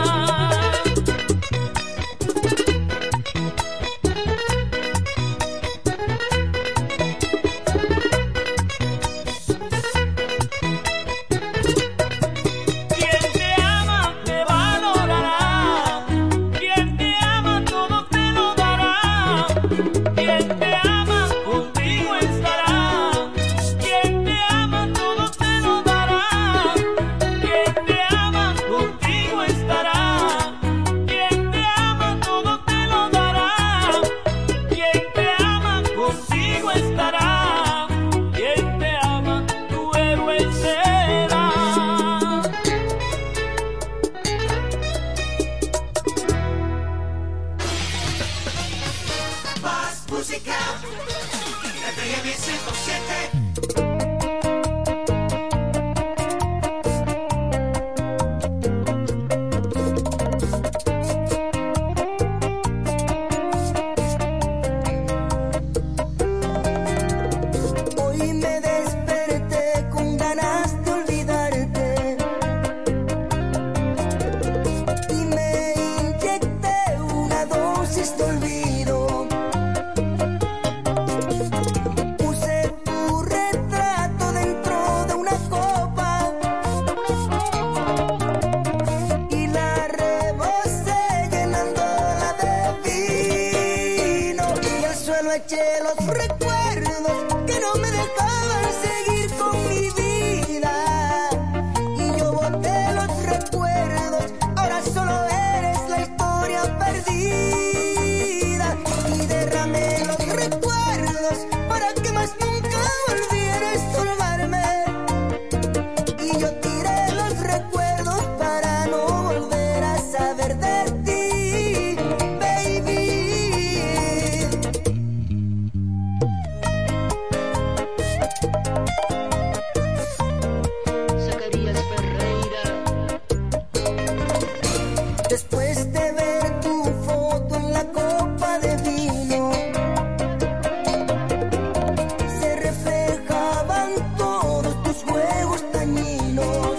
[SPEAKER 2] Quien te ama te valorará, quien te ama todo te lo dará, quien te ama contigo estará, quien te ama todo te lo dará, quien te ama contigo estará, quien te ama todo te lo dará, quien te ama contigo estará, quien te ama tu héroe será.
[SPEAKER 10] Más música. F M ciento siete.
[SPEAKER 5] Hoy me desperté con ganas de olvidarte y me inyecté una dosis de olvido. Puse tu retrato dentro de una copa y la rebosé llenándola de vino, y al suelo eché los recuerdos que no me dejaban seguir con mi vida, y yo boté los recuerdos, ahora solo eres la historia perdida, y derramé los recuerdos para que más nunca volviera a estorbarme, y yo tiré los recuerdos para no volver a saber de ti, baby. Zacarías Ferreira. Después de ver tu foto en la copa de vino, se reflejaban todos tus juegos dañinos,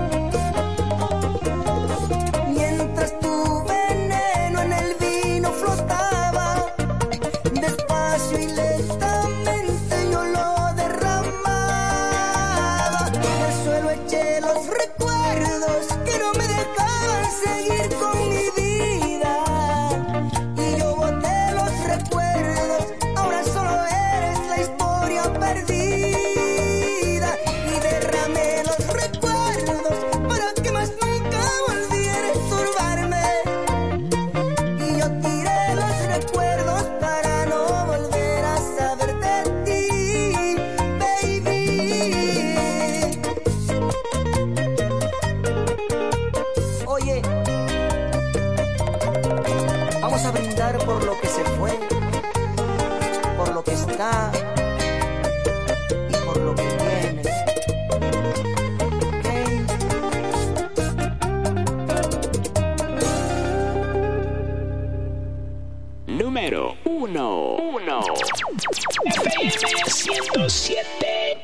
[SPEAKER 5] mientras tu veneno en el vino flotaba, despacio y lentamente yo lo derramaba, y al suelo eché los recuerdos que no me dejaban seguir con mi vida, y yo boté los recuerdos, ahora solo eres la historia perdida, y derramé los recuerdos para que más nunca volviera a estorbarme, y yo tiré los recuerdos para no volver a saber de ti, baby. Oye, vamos a brindar por lo que se fue, por lo que está y por lo que viene.
[SPEAKER 13] Número uno. uno. F M ciento siete.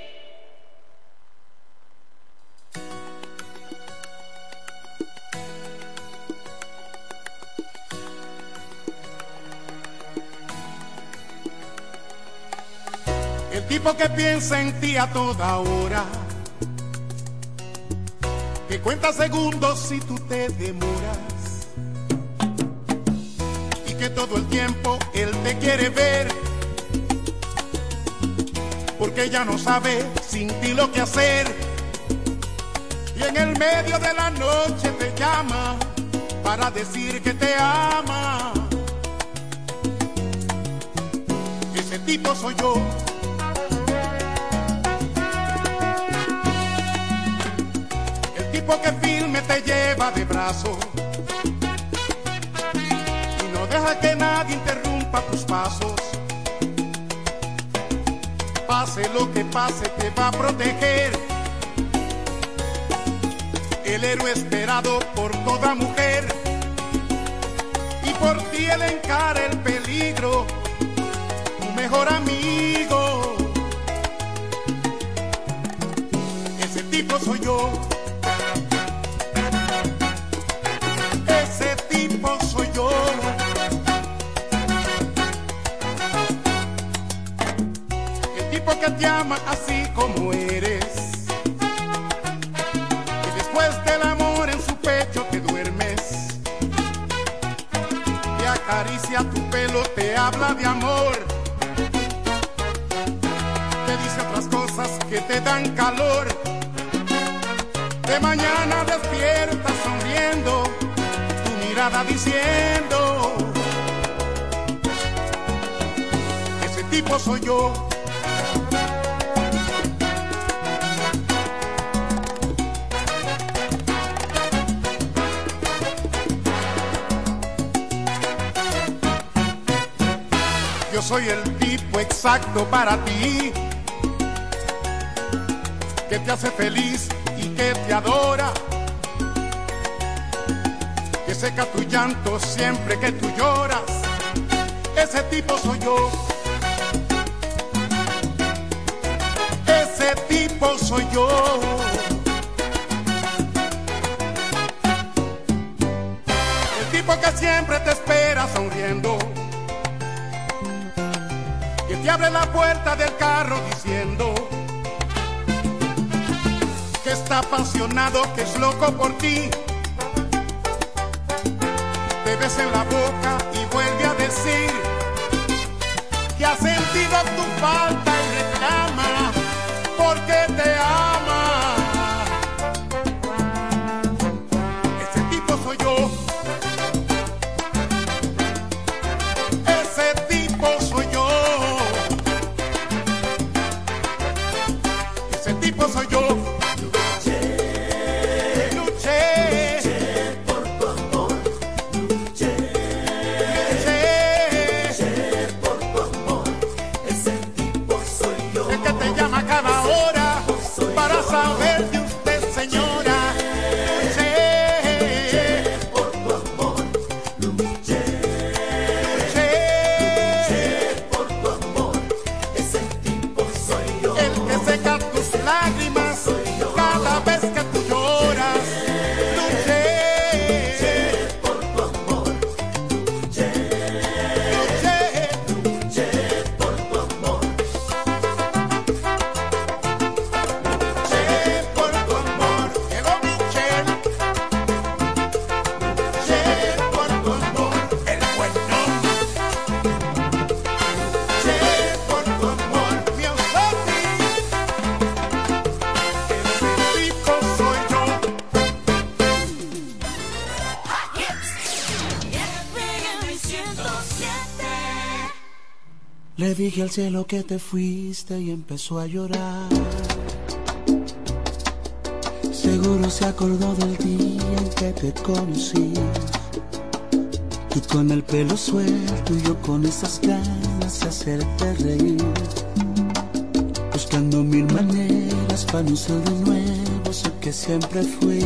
[SPEAKER 16] El tipo que piensa en ti a toda hora, que cuenta segundos si tú te demoras, y que todo el tiempo él te quiere ver, porque ya no sabe sin ti lo que hacer, y en el medio de la noche te llama para decir que te ama. Ese tipo soy yo. tipo que firme te lleva de brazo y no deja que nadie interrumpa tus pasos. Pase lo que pase, te va a proteger. El héroe esperado por toda mujer, y por ti él encara el peligro, tu mejor amigo. Ese tipo soy yo. Ese tipo soy yo. El tipo que te ama así como eres. Después del amor en su pecho te duermes, te acaricia tu pelo, te habla de amor, te dice otras cosas que te dan calor. De mañana despiertas sonriendo, tu mirada diciendo, ese tipo soy yo. Yo soy el tipo exacto para ti, que te hace feliz y que te adora, que seca tu llanto siempre que tú lloras. Ese tipo soy yo. Ese tipo soy yo. El tipo que siempre te espera sonriendo, que te abre la puerta del carro diciendo que está apasionado, que es loco por ti. Te besa en la boca y vuelve a decir que ha sentido tu falta y reclama porque te ama. Ese tipo soy yo. Ese tipo soy yo. Ese tipo soy yo. Luché, luché por tu amor. Luché, luché por tu amor. Ese tipo soy yo. El que te llama cada hora para saber de usted, señora. Luché por tu amor. Luché, luché por tu amor. Ese tipo soy yo. El que seca tus lágrimas cada vez que tú lloras. Luché por tu amor. Luché, luché, luché por tu amor. Luché por tu amor. Llegó Michelle. Luché por tu amor. El bueno. Luché por tu amor. Mi Osofi. Ese tipo soy yo.
[SPEAKER 7] Le dije al cielo que te fuiste y empezó a llorar. Seguro se acordó del día en que te conocí. Tú con el pelo suelto y yo con esas ganas de hacerte reír. Buscando mil maneras para no ser de nuevo sé que siempre fui.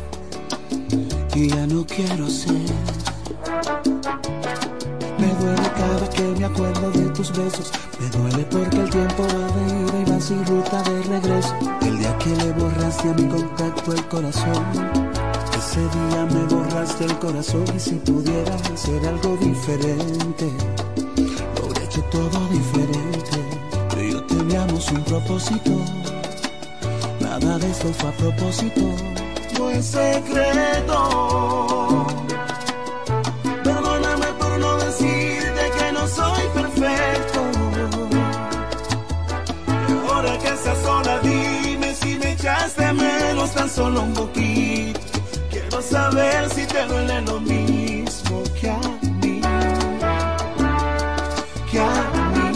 [SPEAKER 7] Y ya no quiero ser. Me duele cada que me acuerdo de tus besos. Me duele porque el tiempo va de ida y va sin ruta de regreso. El día que le borraste a mi contacto el corazón, ese día me borraste el corazón. Y si pudiera hacer algo diferente, lo hubiera hecho todo diferente. Tú y yo teníamos un propósito, nada de esto fue a propósito. No es secreto. Perdóname por no decirte que no soy perfecto. Y ahora que estás sola, dime si me echaste de menos tan solo un poquito. Quiero saber si te duele lo mismo que a mí, que a mí.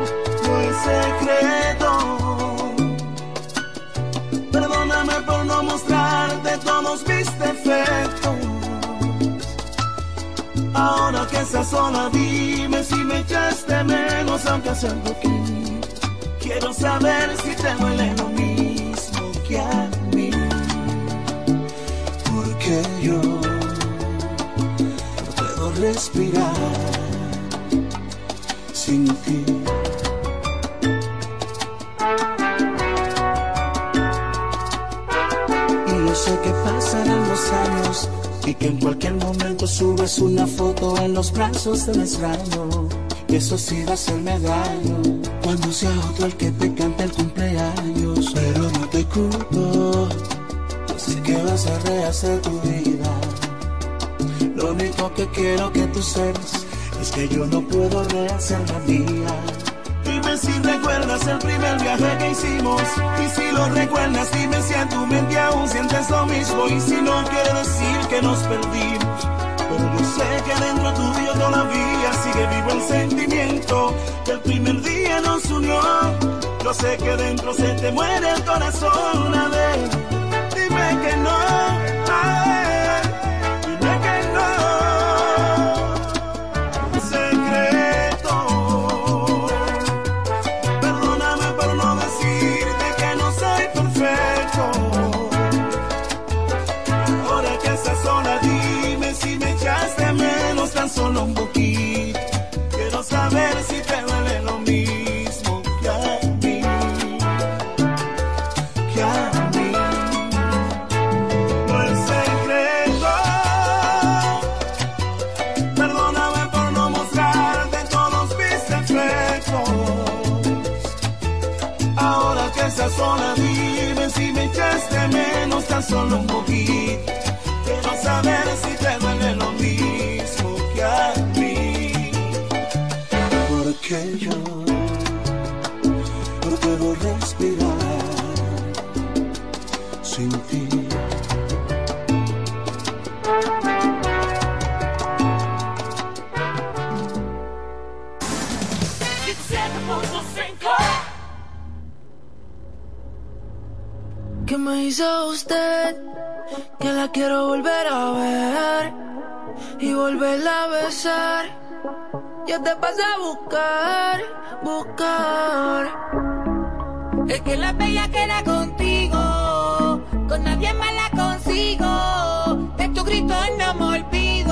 [SPEAKER 7] No es secreto. Perdóname por no mostrar
[SPEAKER 8] de todos mis defectos. Ahora que estás sola, dime si me echaste menos, aunque sea un poquito. Quiero saber si te duele lo mismo que a mí. Porque yo no puedo respirar sin ti. Y yo sé que pasarán los años y que en cualquier momento subes una foto en los brazos del extraño. Y eso sí va a hacerme daño cuando sea otro el que te cante el cumpleaños. Pero no te culpo, yo sé que vas a rehacer tu vida. Lo único que quiero que tú sepas es que yo no puedo rehacer la mía. Dime si recuerdas el primer viaje que hicimos. Y si lo recuerdas, dime si en tu mente aún sientes lo mismo. Y si no, quiere decir que nos perdimos. Pero yo sé que dentro tuyo todavía sigue vivo el sentimiento que el primer día nos unió. Yo sé que dentro se te muere el corazón. A ver, dime que no. A ver, dime que no. Secreto. Perdóname por no decirte que no soy perfecto. Ahora que estás sola, dime si me echaste menos, tan solo un poquito. Quiero saber si te duele lo mismo que a mí, que a mí. No es secreto. Perdóname por no mostrarte todos mis defectos. Ahora que estás sola, dime si me echaste menos, tan solo un poquito. Quiero saber si te duele lo mismo que a mí. Porque yo no puedo respirar sin ti.
[SPEAKER 15] ¿Qué me hizo usted? Que la quiero volver a ver y volverla a besar. Yo te pasé a buscar, buscar.
[SPEAKER 17] Es que la bella que era contigo, con nadie más la consigo. De tu grito no me olvido.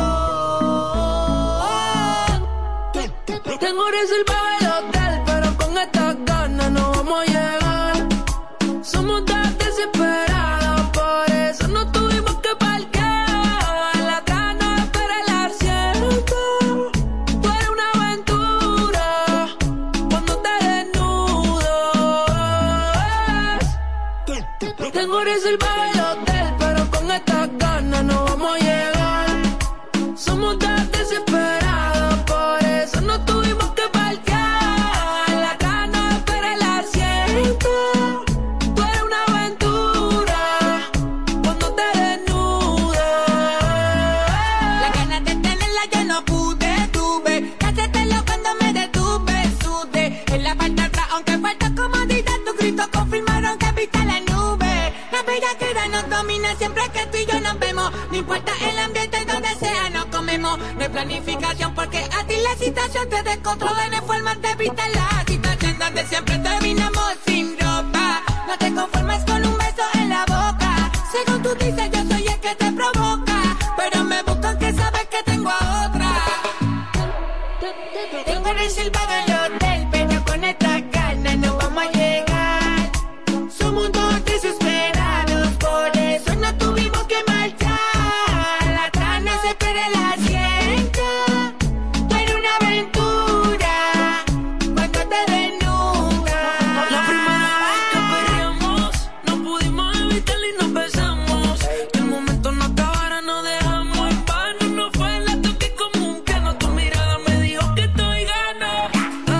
[SPEAKER 15] Tengo reservado el hotel, pero con estas ganas no vamos a llegar. Somos tan desesperados, por eso no tuvimos que parquear. La gana espera el asiento. Tú eres una aventura cuando te desnudas. Tengo reservado el hotel, pero con estas ganas no vamos a llegar. Somos tan desesperados, por eso no tuvimos que parquear. La gana espera el asiento.
[SPEAKER 17] Confirmaron que viste la nube. La bellaquera nos domina siempre que tú y yo nos vemos. No importa el ambiente donde sea, nos comemos. No hay planificación porque a ti la situación te descontrola. No hay forma de evitar la situación donde siempre terminamos sin ropa. No te conformes con un beso en la boca. Según tú dices, yo soy el que te provoca. Pero me buscan que sabes que tengo a otra. Tengo reservado el hotel, pero con esta carne no vamos a llegar. Somos dos desesperados, por eso no tuvimos que marchar. La cana se espera el asiento. Tú eres una aventura cuando te desnudas.
[SPEAKER 15] La primera vez que perreamos, no pudimos evitarlo y nos besamos. Que el momento no acabara, no dejamos en vano. No fue la toque común que no, tu mirada me dijo que estoy gano.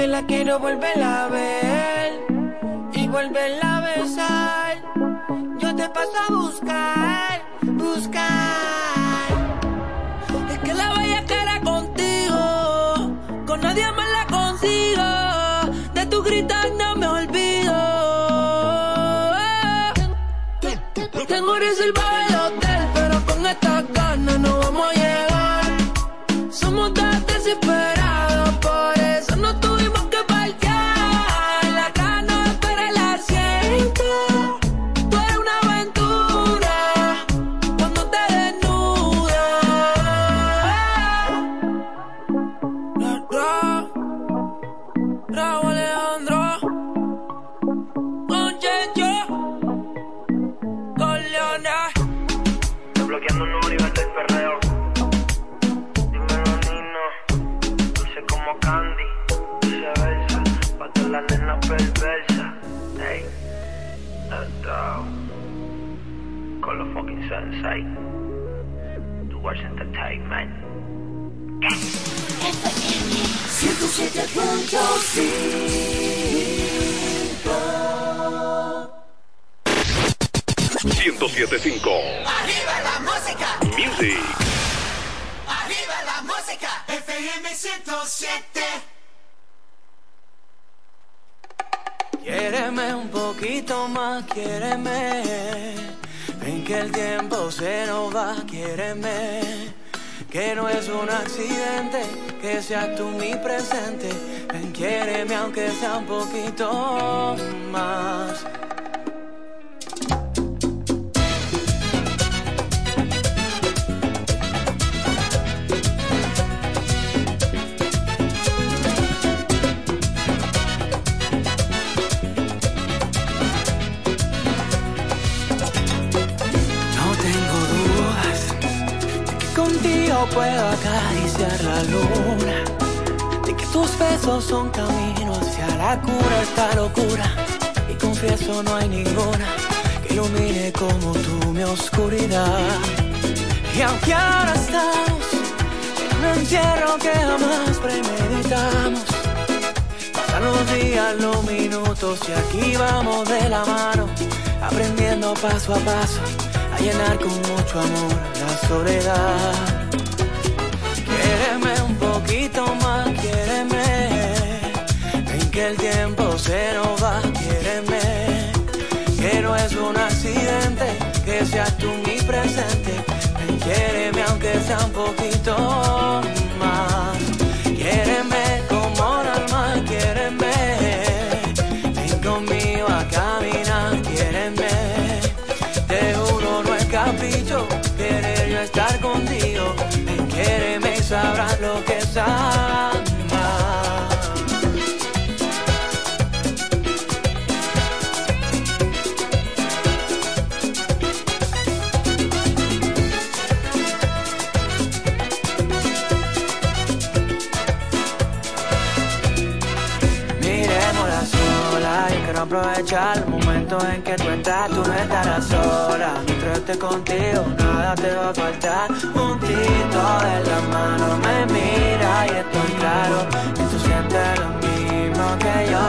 [SPEAKER 15] que la quiero volver a ver y volverla a besar. Yo te paso a buscar, buscar. Es que la bella cara contigo, con nadie más la consigo. De tu gritar no me olvido. Tengo reservado el hotel, pero con estas ganas no vamos a llegar. Somos tan desesperados, por eso no tuvimos que parquear. La gana espera el asiento. Tú eres una aventura cuando te desnudas. Ra, Raúl Alejandro con Checho con Leonard.
[SPEAKER 18] Desbloqueando un nuevo nivel del perreo. Dímelo, Nino. Dulce como candy, viceversa. Pa' todas las nenas perversas. Hey, let's go. Con los fucking sensei. Tu watch entertainment.
[SPEAKER 4] ciento siete punto cinco
[SPEAKER 3] ciento siete punto cinco
[SPEAKER 4] Arriba la música.
[SPEAKER 3] Music.
[SPEAKER 4] Arriba la música. F M ciento siete.
[SPEAKER 15] Quiéreme un poquito más, quiéreme. Ven que el tiempo se nos va, quiéreme. Que no es un accidente, que seas tú mi presente. Ven, quiéreme aunque sea un poquito más. Contigo puedo acariciar la luna, de que tus besos son camino hacia la cura, esta locura. Y confieso no hay ninguna que ilumine como tú mi oscuridad. Y aunque ahora estamos en un encierro que jamás premeditamos, pasan los días, los minutos y aquí vamos de la mano, aprendiendo paso a paso a llenar con mucho amor la soledad. Quiéreme un poquito más, quiéreme. Ven que el tiempo se nos va, quiéreme. Que no es un accidente, que seas tú mi presente. Ven, quiéreme aunque sea un poquito más. Quiéreme como el alma, quiéreme. Ven conmigo a caminar, quiéreme. Te juro no es capricho, querer yo estar contigo. Ven, quiéreme y sabrás lo que es amar. Miremos la sola, yo quiero aprovechar el momento en que tú estás, tú no estarás sola. Mientras esté contigo, nada te va a faltar. Juntito de la mano me mira y estoy claro que tú sientes lo mismo que yo.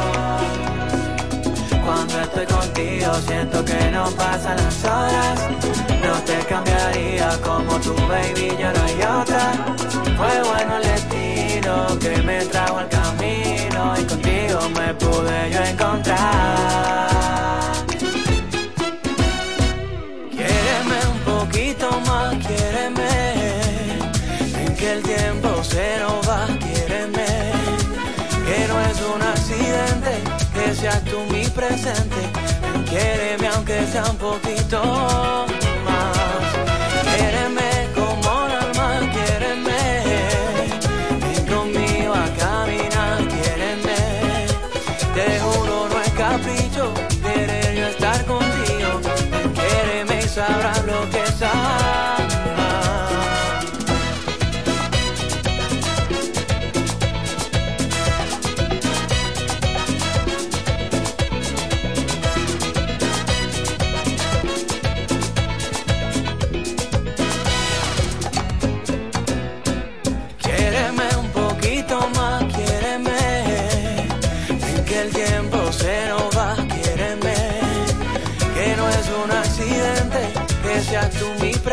[SPEAKER 15] Cuando estoy contigo siento que no pasan las horas. No te cambiaría como tu baby, ya no hay otra. Fue bueno el destino que me trajo al camino y contigo me pude yo encontrar. Quiéreme un poquito más, quiéreme. Ven que el tiempo se nos va, quiéreme. Que no es un accidente, que seas tú mi presente. Ven, quiéreme aunque sea un poquito más. Quiéreme como el alma, quiéreme. Ven conmigo a caminar, quiéreme. Te juro no es capricho, querer yo estar contigo. Ven, quiéreme y sabrás lo que es amar.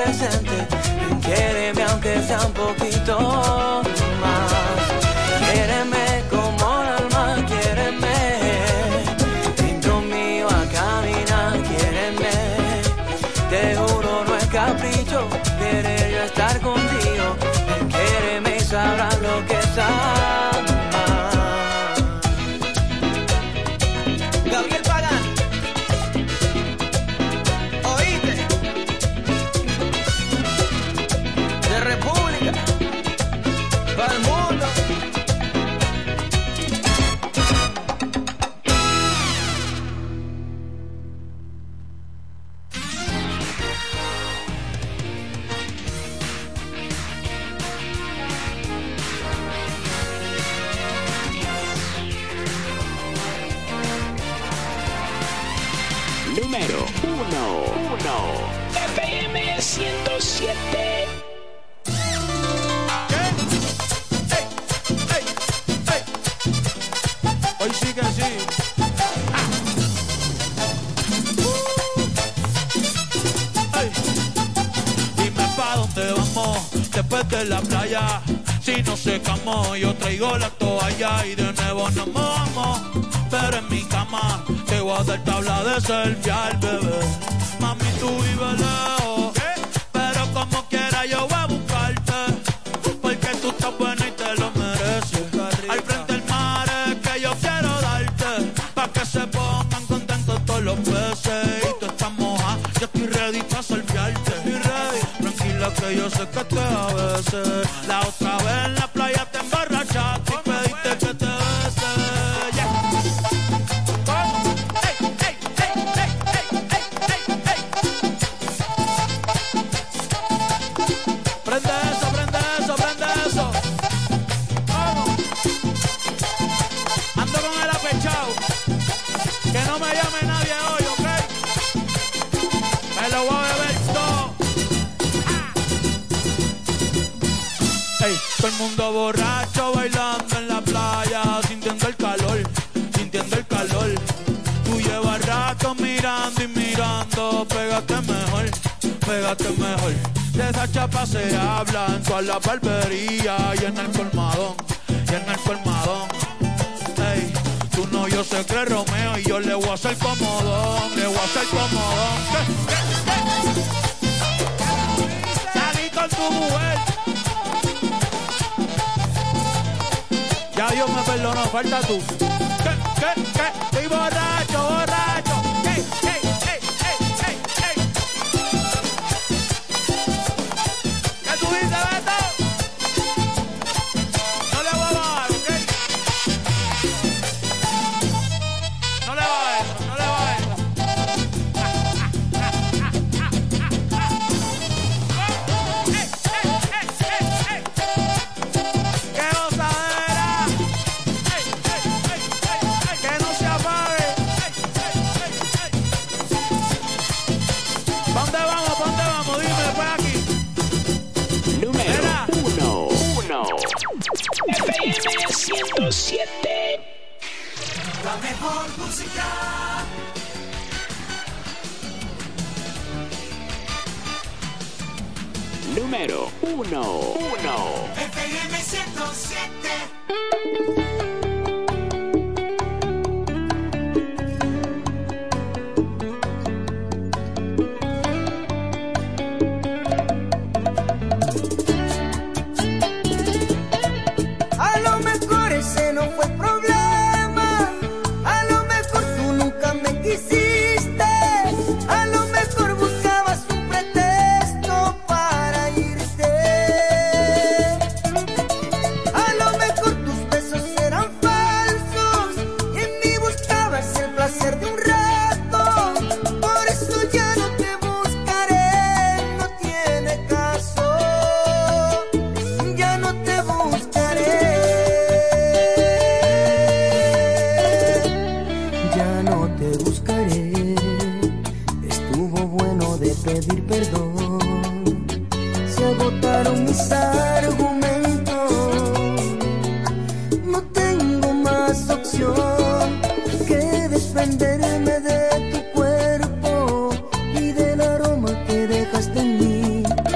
[SPEAKER 2] presente. Quiéreme aunque sea un poquito más. Quiéreme como el alma, quiéreme. Dentro mío a caminar, quiéreme. Te juro no es capricho, querer yo estar contigo. Quiéreme y sabrás lo que es amar. Gabriel Pagán, oíste, de República para el mundo.
[SPEAKER 13] Número uno, uno, F M ciento siete.
[SPEAKER 2] Hoy sí que sí. Ay. Dime pa' dónde vamos después de la playa. Si no secamos, yo traigo la toalla y de nuevo nos mojamos. Pero en mi cama te voy a dar tabla de selfie al bebé. Mami, tú vives lejos, pero como quiera yo voy a buscarte. Porque tú estás buena y te lo mereces. Al frente del mar es que yo quiero darte, pa' que se pongan contentos todos los peces. Y tú estás moja, yo estoy ready pa' selfiearte. Tranquila que yo sé que te a veces. La otra vez en la playa te emborrachaste y pediste que te bese. Yeah. Prende eso, prende eso, prende eso. Vamos. Ando con el apechado. Que no me llame nadie hoy, ¿ok? Me lo voy a beber todo. Ey, todo el mundo borracho bailando en la playa, sintiendo el calor, sintiendo el calor. Tú llevas rato mirando y mirando, pégate mejor, pégate mejor. De esa chapa se habla en toda la barbería y en el colmadón, y en el colmadón. Ey, tú no, yo sé que es Romeo y yo le voy a hacer comodón, le voy a hacer comodón. ¿Qué? ¿Qué? Salí con tu mujer. Ya Dios me perdonó, falta tú. ¿Qué? ¿Qué? ¿Qué? Estoy borracho, borracho. ¿Qué? ¿Qué? ¿Qué? ¿Qué? ¿Qué? ¿Qué tú dices, Beto? No le voy a bajar, ¿ok? No le va a eso, no le va a eso. ¡Qué gozadera! ¡Que no se apague! ¿Pa' dónde vamos? ¿Pa' dónde vamos? Dime después aquí.
[SPEAKER 13] Número uno, uno, F M ciento siete.
[SPEAKER 4] La mejor música.
[SPEAKER 13] Número uno, uno.
[SPEAKER 4] F M ciento siete.
[SPEAKER 5] A lo mejor ese no fue el problema, a lo mejor tú nunca me quisiste, a lo mejor buscabas un pretexto para irte, a lo mejor tus besos eran falsos y en mí buscabas el placer de un rato, por eso ya no te buscaré, no tiene caso, ya no te buscaré. Ya no te buscaré, estuvo bueno de pedir perdón, se agotaron mis argumentos, no tengo más opción que desprenderme de tu cuerpo y del aroma que dejaste en mí.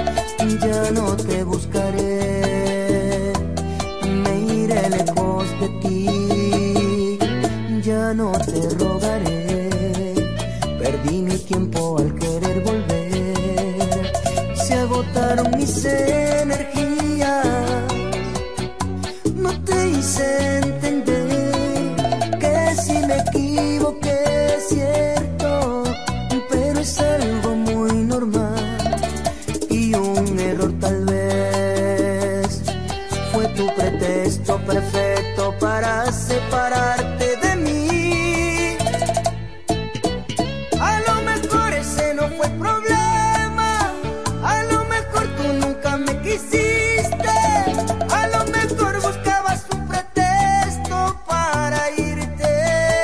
[SPEAKER 5] ya no te rogaré. Perdí mi tiempo al querer volver. Se agotaron mis energías. No te hice entender que si me equivoqué es cierto, pero es algo muy normal y un error tal vez. Fue tu pretexto perfecto para separarte de mí. A lo mejor ese no fue el problema. A lo mejor tú nunca me quisiste. A lo mejor buscabas un pretexto para irte.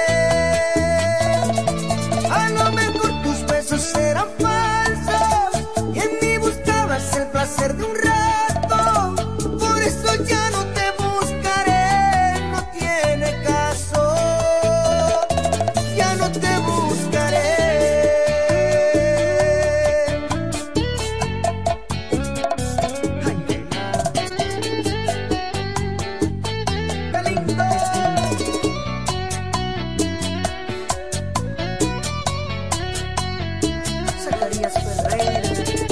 [SPEAKER 5] A lo mejor tus besos eran falsos y en mí buscabas el placer de un rato. Por eso ya no te buscaré, no tiene caso. Ya no te buscaré. Zacarías Ferreira.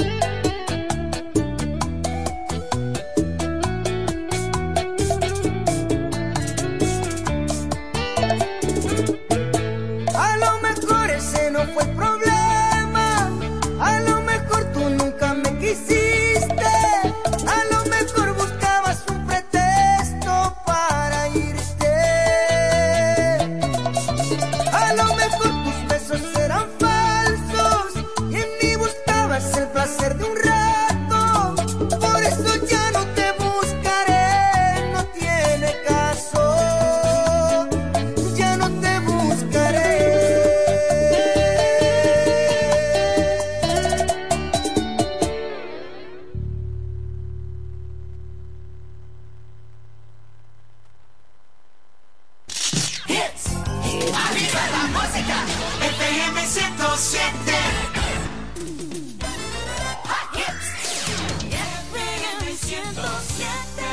[SPEAKER 5] A lo mejor ese no fue el problema. A lo mejor tú nunca me quisiste. A lo mejor buscabas un pretexto para irte. A lo mejor tus besos eran falsos y en mí buscabas el placer de un rato. Por eso ya no te buscaré, no tiene caso. Ya no te buscaré.
[SPEAKER 4] Hits. Arriba la música. F M ciento siete. Hot Hits. F M ciento siete.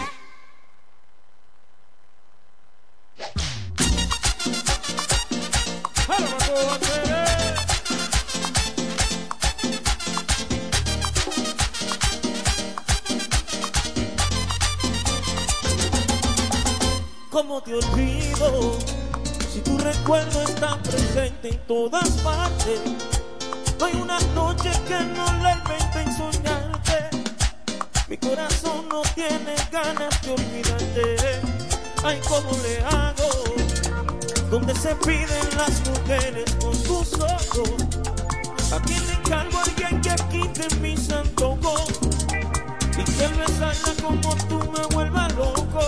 [SPEAKER 2] ¿Cómo te olvido? Si tu recuerdo está presente en todas partes. No hay una noche que no la invente en soñarte. Mi corazón no tiene ganas de olvidarte. Ay, ¿cómo le hago? Donde se piden las mujeres con sus ojos. ¿A quién le encargo a alguien que quite mis antojos? Y que al besarla como tú me vuelva loco.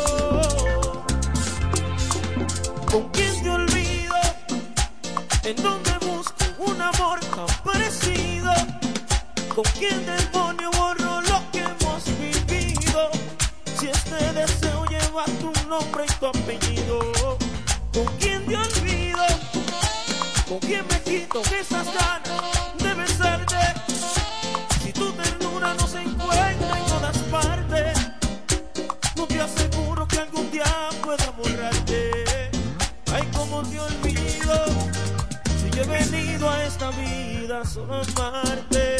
[SPEAKER 2] ¿Con quién te olvido? ¿En dónde busco un amor tan parecido? ¿Con quién demonio borro lo que hemos vivido? Si este deseo lleva tu nombre y tu apellido. ¿Con quién te olvido? ¿Con quién me quito esas ganas de besarte? Si tu ternura no se encuentra en todas partes, no te aseguro que algún día pueda borrarte. Ay, cómo te olvido, si yo he venido a esta vida solo a amarte.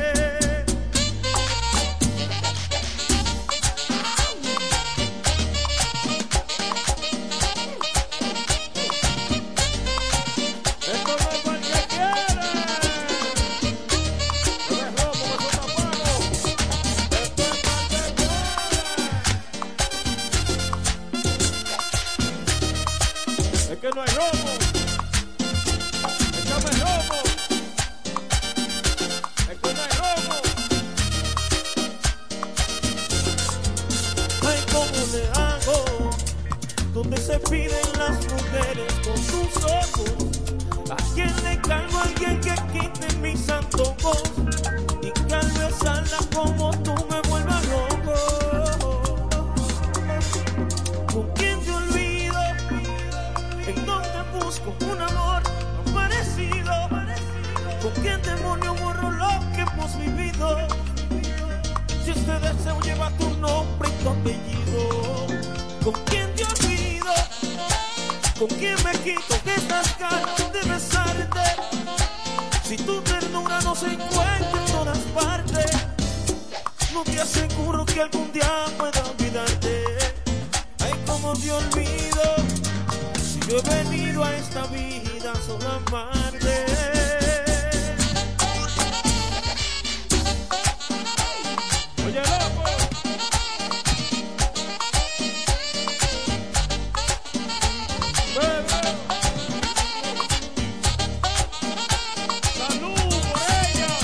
[SPEAKER 2] Esto no es cualquiera. No es robo, no es tapado. Esto es cualquiera. Es que no hay robo. Échame robo. Es que no hay robo. Ay, ¿cómo le hago? Donde se piden las mujeres con sus ojos. ¿A quién le cargo a alguien que quite mis antojos? Y que al besarla como tú me vuelvas loco. ¿Con quién te olvido? ¿En dónde busco un amor tan parecido? ¿Con quién demonio borro lo que hemos vivido? Si este deseo lleva tu nombre y tu apellido. ¿Con quién te olvido? ¿Con quién me quito que estas ganas de besarte? Si tu ternura no se encuentra en todas partes, no te aseguro que algún día pueda olvidarte. Ay, cómo te olvido, si yo he venido a esta vida solo a amarte. Oye, loco. Bebe. Salud por ella.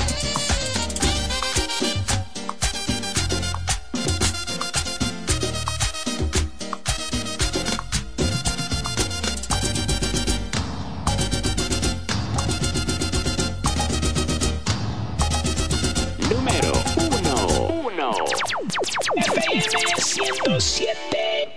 [SPEAKER 13] Número uno. Uno. F M ciento siete.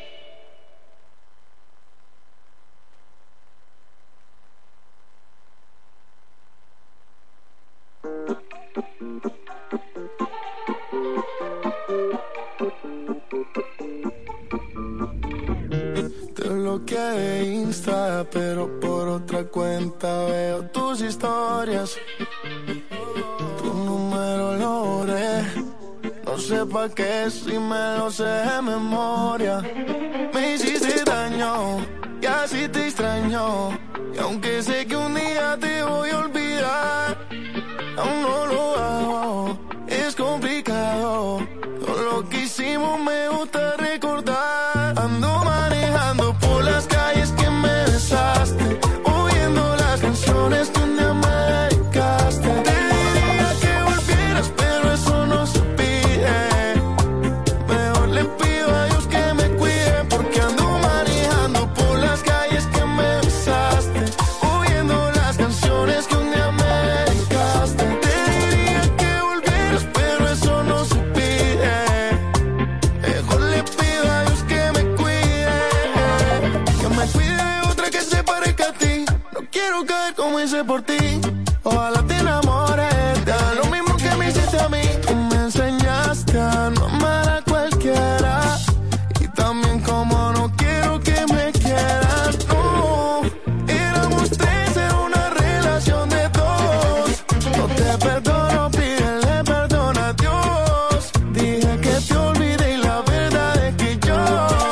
[SPEAKER 6] Te bloqueé de Insta, pero por otra cuenta veo tus historias. Tu número lo borré, no sé pa' qué si me lo sé de memoria. Me hiciste daño y así te extraño, y aunque sé que un día te voy a olvidar, aún no lo hago, es complicado. Todo lo que hicimos me gusta recordar. Ando manejando por las calles que me besaste, oyendo las canciones que un día me dedicaste. Te diría que volvieras, pero eso no se pide. Mejor le pido a Dios que me cuide, porque ando manejando por las calles que me besaste, oyendo las canciones que un día me dedicaste. Te diría que volvieras, pero eso no se pide. Mejor le pido a Dios que me cuide, que me cuide de otra que se parezca a ti. No quiero caer como hice por ti. Ojalá te enamores, te haga lo mismo que me hiciste a mí. Tú me enseñaste a no amar a cualquiera, y también como no quiero que me quieran. No, éramos tres en una relación de dos. No te perdono, pídele perdón a Dios. Dije que te olvidé y la verdad es que yo,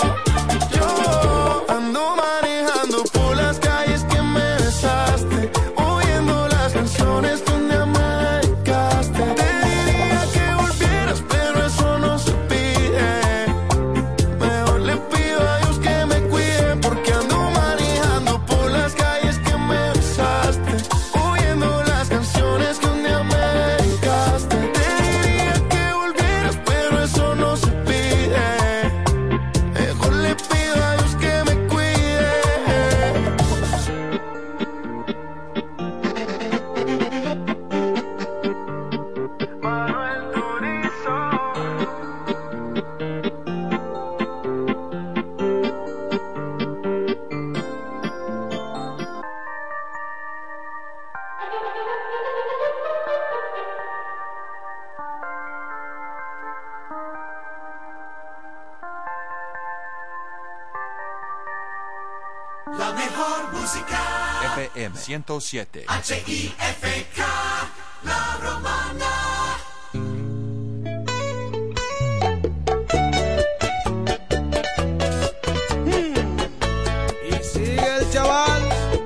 [SPEAKER 6] yo ando manejando por las calles que me besaste, oyendo las canciones que un día me dedicaste. Te diría que volvieras, pero eso no se pide. Mejor le pido a Dios que me cuide, porque ando manejando por las calles que me besaste, oyendo las canciones que un día me dedicaste. Te diría que volvieras, pero eso no se pide. Mejor le pido a Dios que me cuide. Manuel Turizo.
[SPEAKER 10] La mejor música.
[SPEAKER 19] F M ciento siete.
[SPEAKER 10] H I F K, La Romana.
[SPEAKER 2] Y sigue el chaval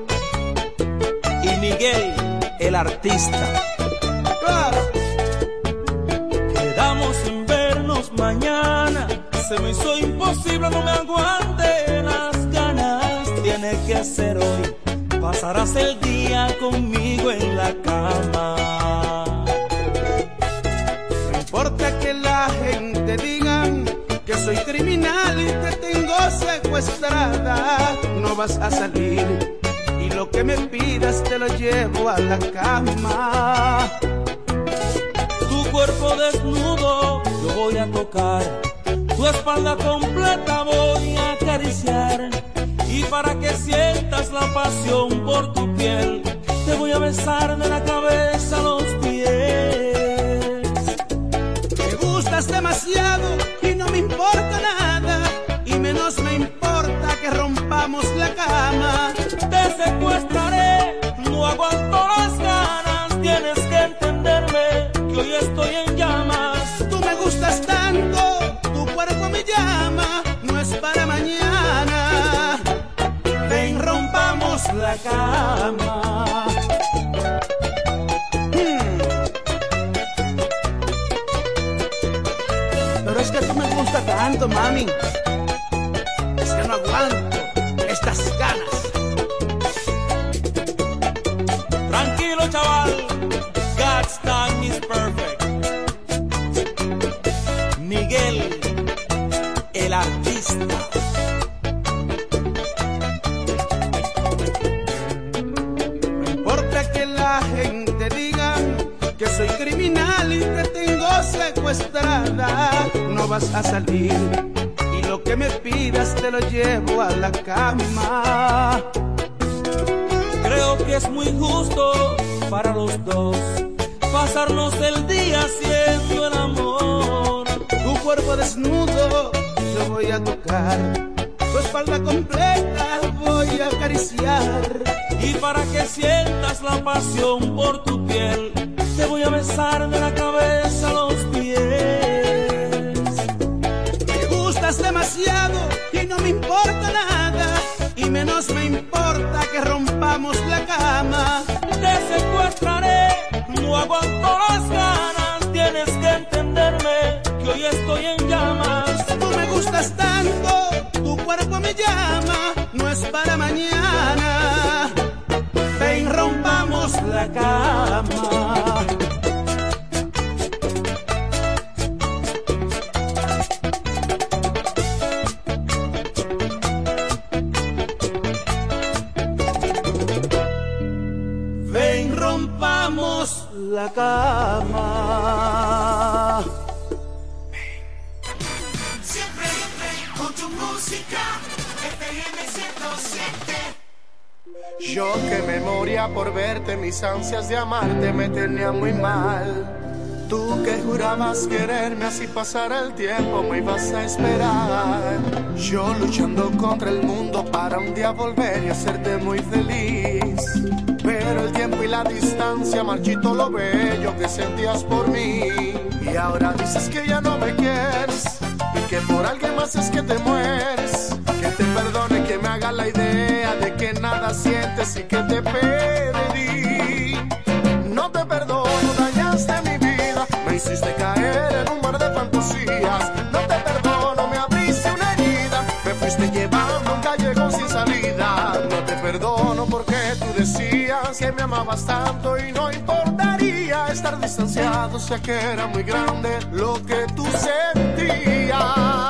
[SPEAKER 2] y Miguel, el artista. Claro. Quedamos en vernos mañana. Se me hizo imposible, no me aguante las ganas. Tiene que ser hoy. Pasarás el día conmigo en la cama.
[SPEAKER 20] No importa que la gente diga que soy criminal y te tengo secuestrada, no vas a salir y lo que me pidas te lo llevo a la cama.
[SPEAKER 2] Tu cuerpo desnudo yo voy a tocar, tu espalda completa voy a acariciar, y para que sientas la pasión por tu piel, te voy a besar de la cabeza a los pies.
[SPEAKER 20] Me gustas demasiado y no me importa nada, y menos me importa que rompamos la la cama.
[SPEAKER 2] Te secuestraré, no aguanto las ganas. Tienes que entenderme que hoy estoy en llamas.
[SPEAKER 20] Tú me gustas tanto, tu cuerpo me llama. No es para mañana. Ven, rompamos la cama. Hmm. Pero es que tú me gustas tanto, mami. Es que no aguanto estas ganas.
[SPEAKER 2] Tranquilo, chaval. God's time is perfect. Miguel, el artista.
[SPEAKER 20] No importa que la gente diga que soy criminal y te tengo secuestrada. No vas a salir y lo que me pidas te lo llevo a la cama.
[SPEAKER 2] Creo que es muy justo para los dos pasarnos el día haciendo el amor.
[SPEAKER 20] Tu cuerpo desnudo yo voy a tocar, tu espalda completa voy a acariciar.
[SPEAKER 2] Y para que sientas la pasión por tu piel, te voy a besar de la cabeza a los pies.
[SPEAKER 20] Me gustas demasiado y no me importa nada, y menos me importa que rompamos la cama.
[SPEAKER 2] Te secuestraré, no aguanto las ganas. Tienes que entenderme que hoy estoy en llamas.
[SPEAKER 20] Tú me gustas tanto, tu cuerpo me llama. No es para mañana. Ven, rompamos la cama. Ven, rompamos la cama.
[SPEAKER 10] Siempre, siempre con tu música, F M ciento siete.
[SPEAKER 6] Yo que me moría por verte, mis ansias de amarte me tenían muy mal. Tú que jurabas quererme, así pasara el tiempo me ibas a esperar. Yo luchando contra el mundo para un día volver y hacerte muy feliz. Pero el tiempo y la distancia marchitó lo bello que sentías por mí. Y ahora dices que ya no me quieres y que por alguien más es que te mueres. Que te perdone, que me haga la idea de que nada sientes y que te perdí. No te perdono, dañaste mi vida, me hiciste caer en un mar de fantasías. No te perdono, me abriste una herida, me fuiste llevando a un callejón sin salida. No te perdono porque tú decías que me amabas tanto y no importaría estar distanciado, sea que era muy grande lo que tú sentías.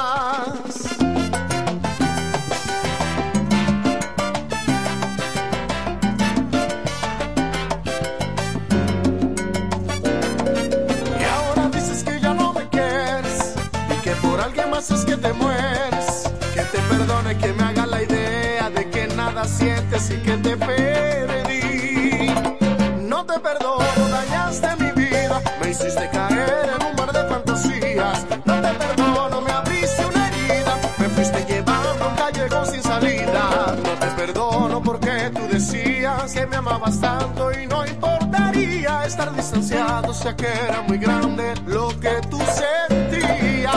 [SPEAKER 6] Es que te mueres, que te perdone, que me haga la idea de que nada sientes y que te perdí. No te perdono, dañaste mi vida, me hiciste caer en un mar de fantasías. No te perdono, me abriste una herida, me fuiste llevando a un callejón sin salida. No te perdono porque tú decías que me amabas tanto y no importaría estar distanciado, sea que era muy grande lo que tú sentías.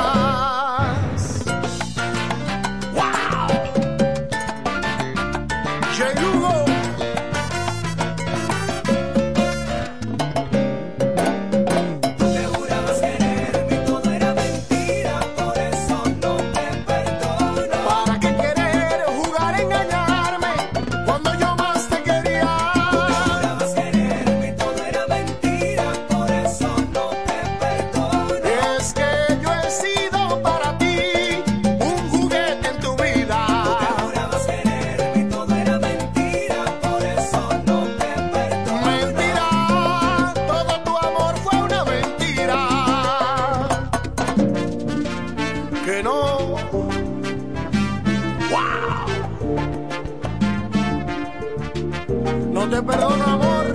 [SPEAKER 6] No te perdono, amor.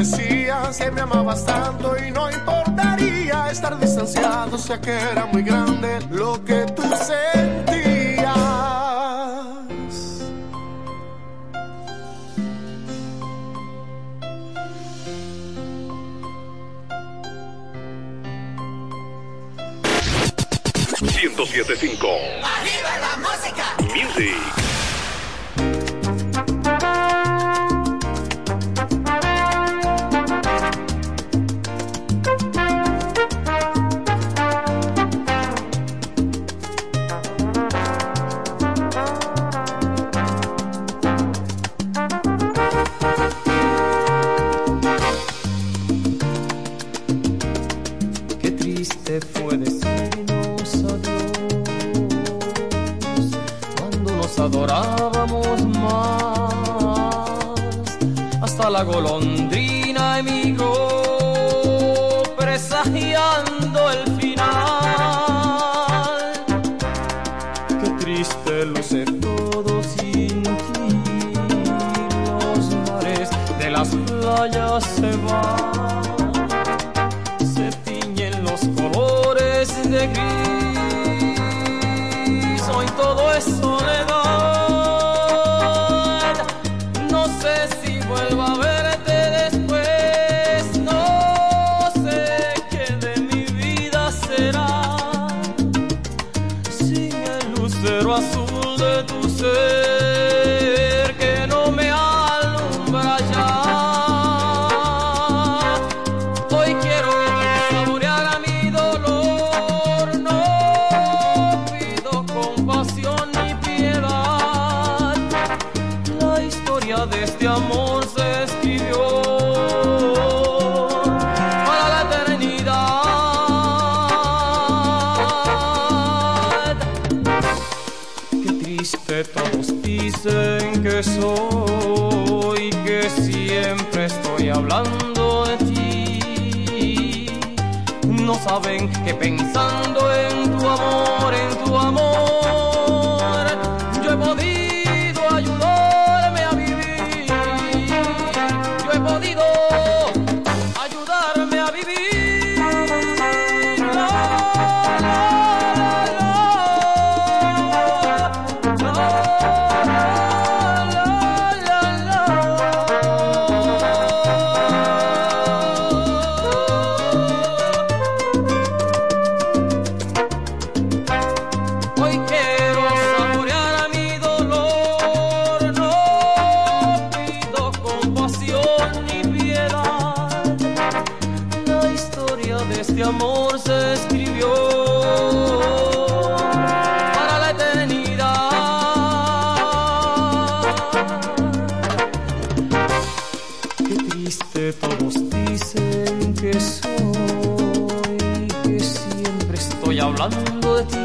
[SPEAKER 6] decías que me amabas tanto y no importaría estar distanciado, ya que era muy grande lo que tú sentías.
[SPEAKER 3] ciento siete punto cinco.
[SPEAKER 10] ¡Arriba la música!
[SPEAKER 3] Music.
[SPEAKER 2] Qué triste fue decirnos adiós cuando nos adorábamos más. Hasta la golondrina emigró presagiando el final. Qué triste luce todo sin ti. Los mares de las playas se van, se tiñen los colores de gris. Hoy todo es soledad. No sé si vuelvo a verte después. No sé qué de mi vida será sin el lucero azul de tu ser que no me alumbra ya. Hoy quiero saborear a mi dolor. No pido compasión ni piedad. La historia de este amor se escribió para la eternidad. Qué triste, todos dicen que soy, que siempre estoy hablando de ti. No saben que pensando en tu amor, en tu amor, yo he podido ayudarme a vivir. Yo he podido ayudarme a vivir. La, la, la, la, la, la, la, Hoy quiero saborear a mi dolor. No pido compasión ni piedad. La historia de este amor se escribió para la eternidad. Qué triste, todos dicen que soy, que siempre estoy hablando de ti.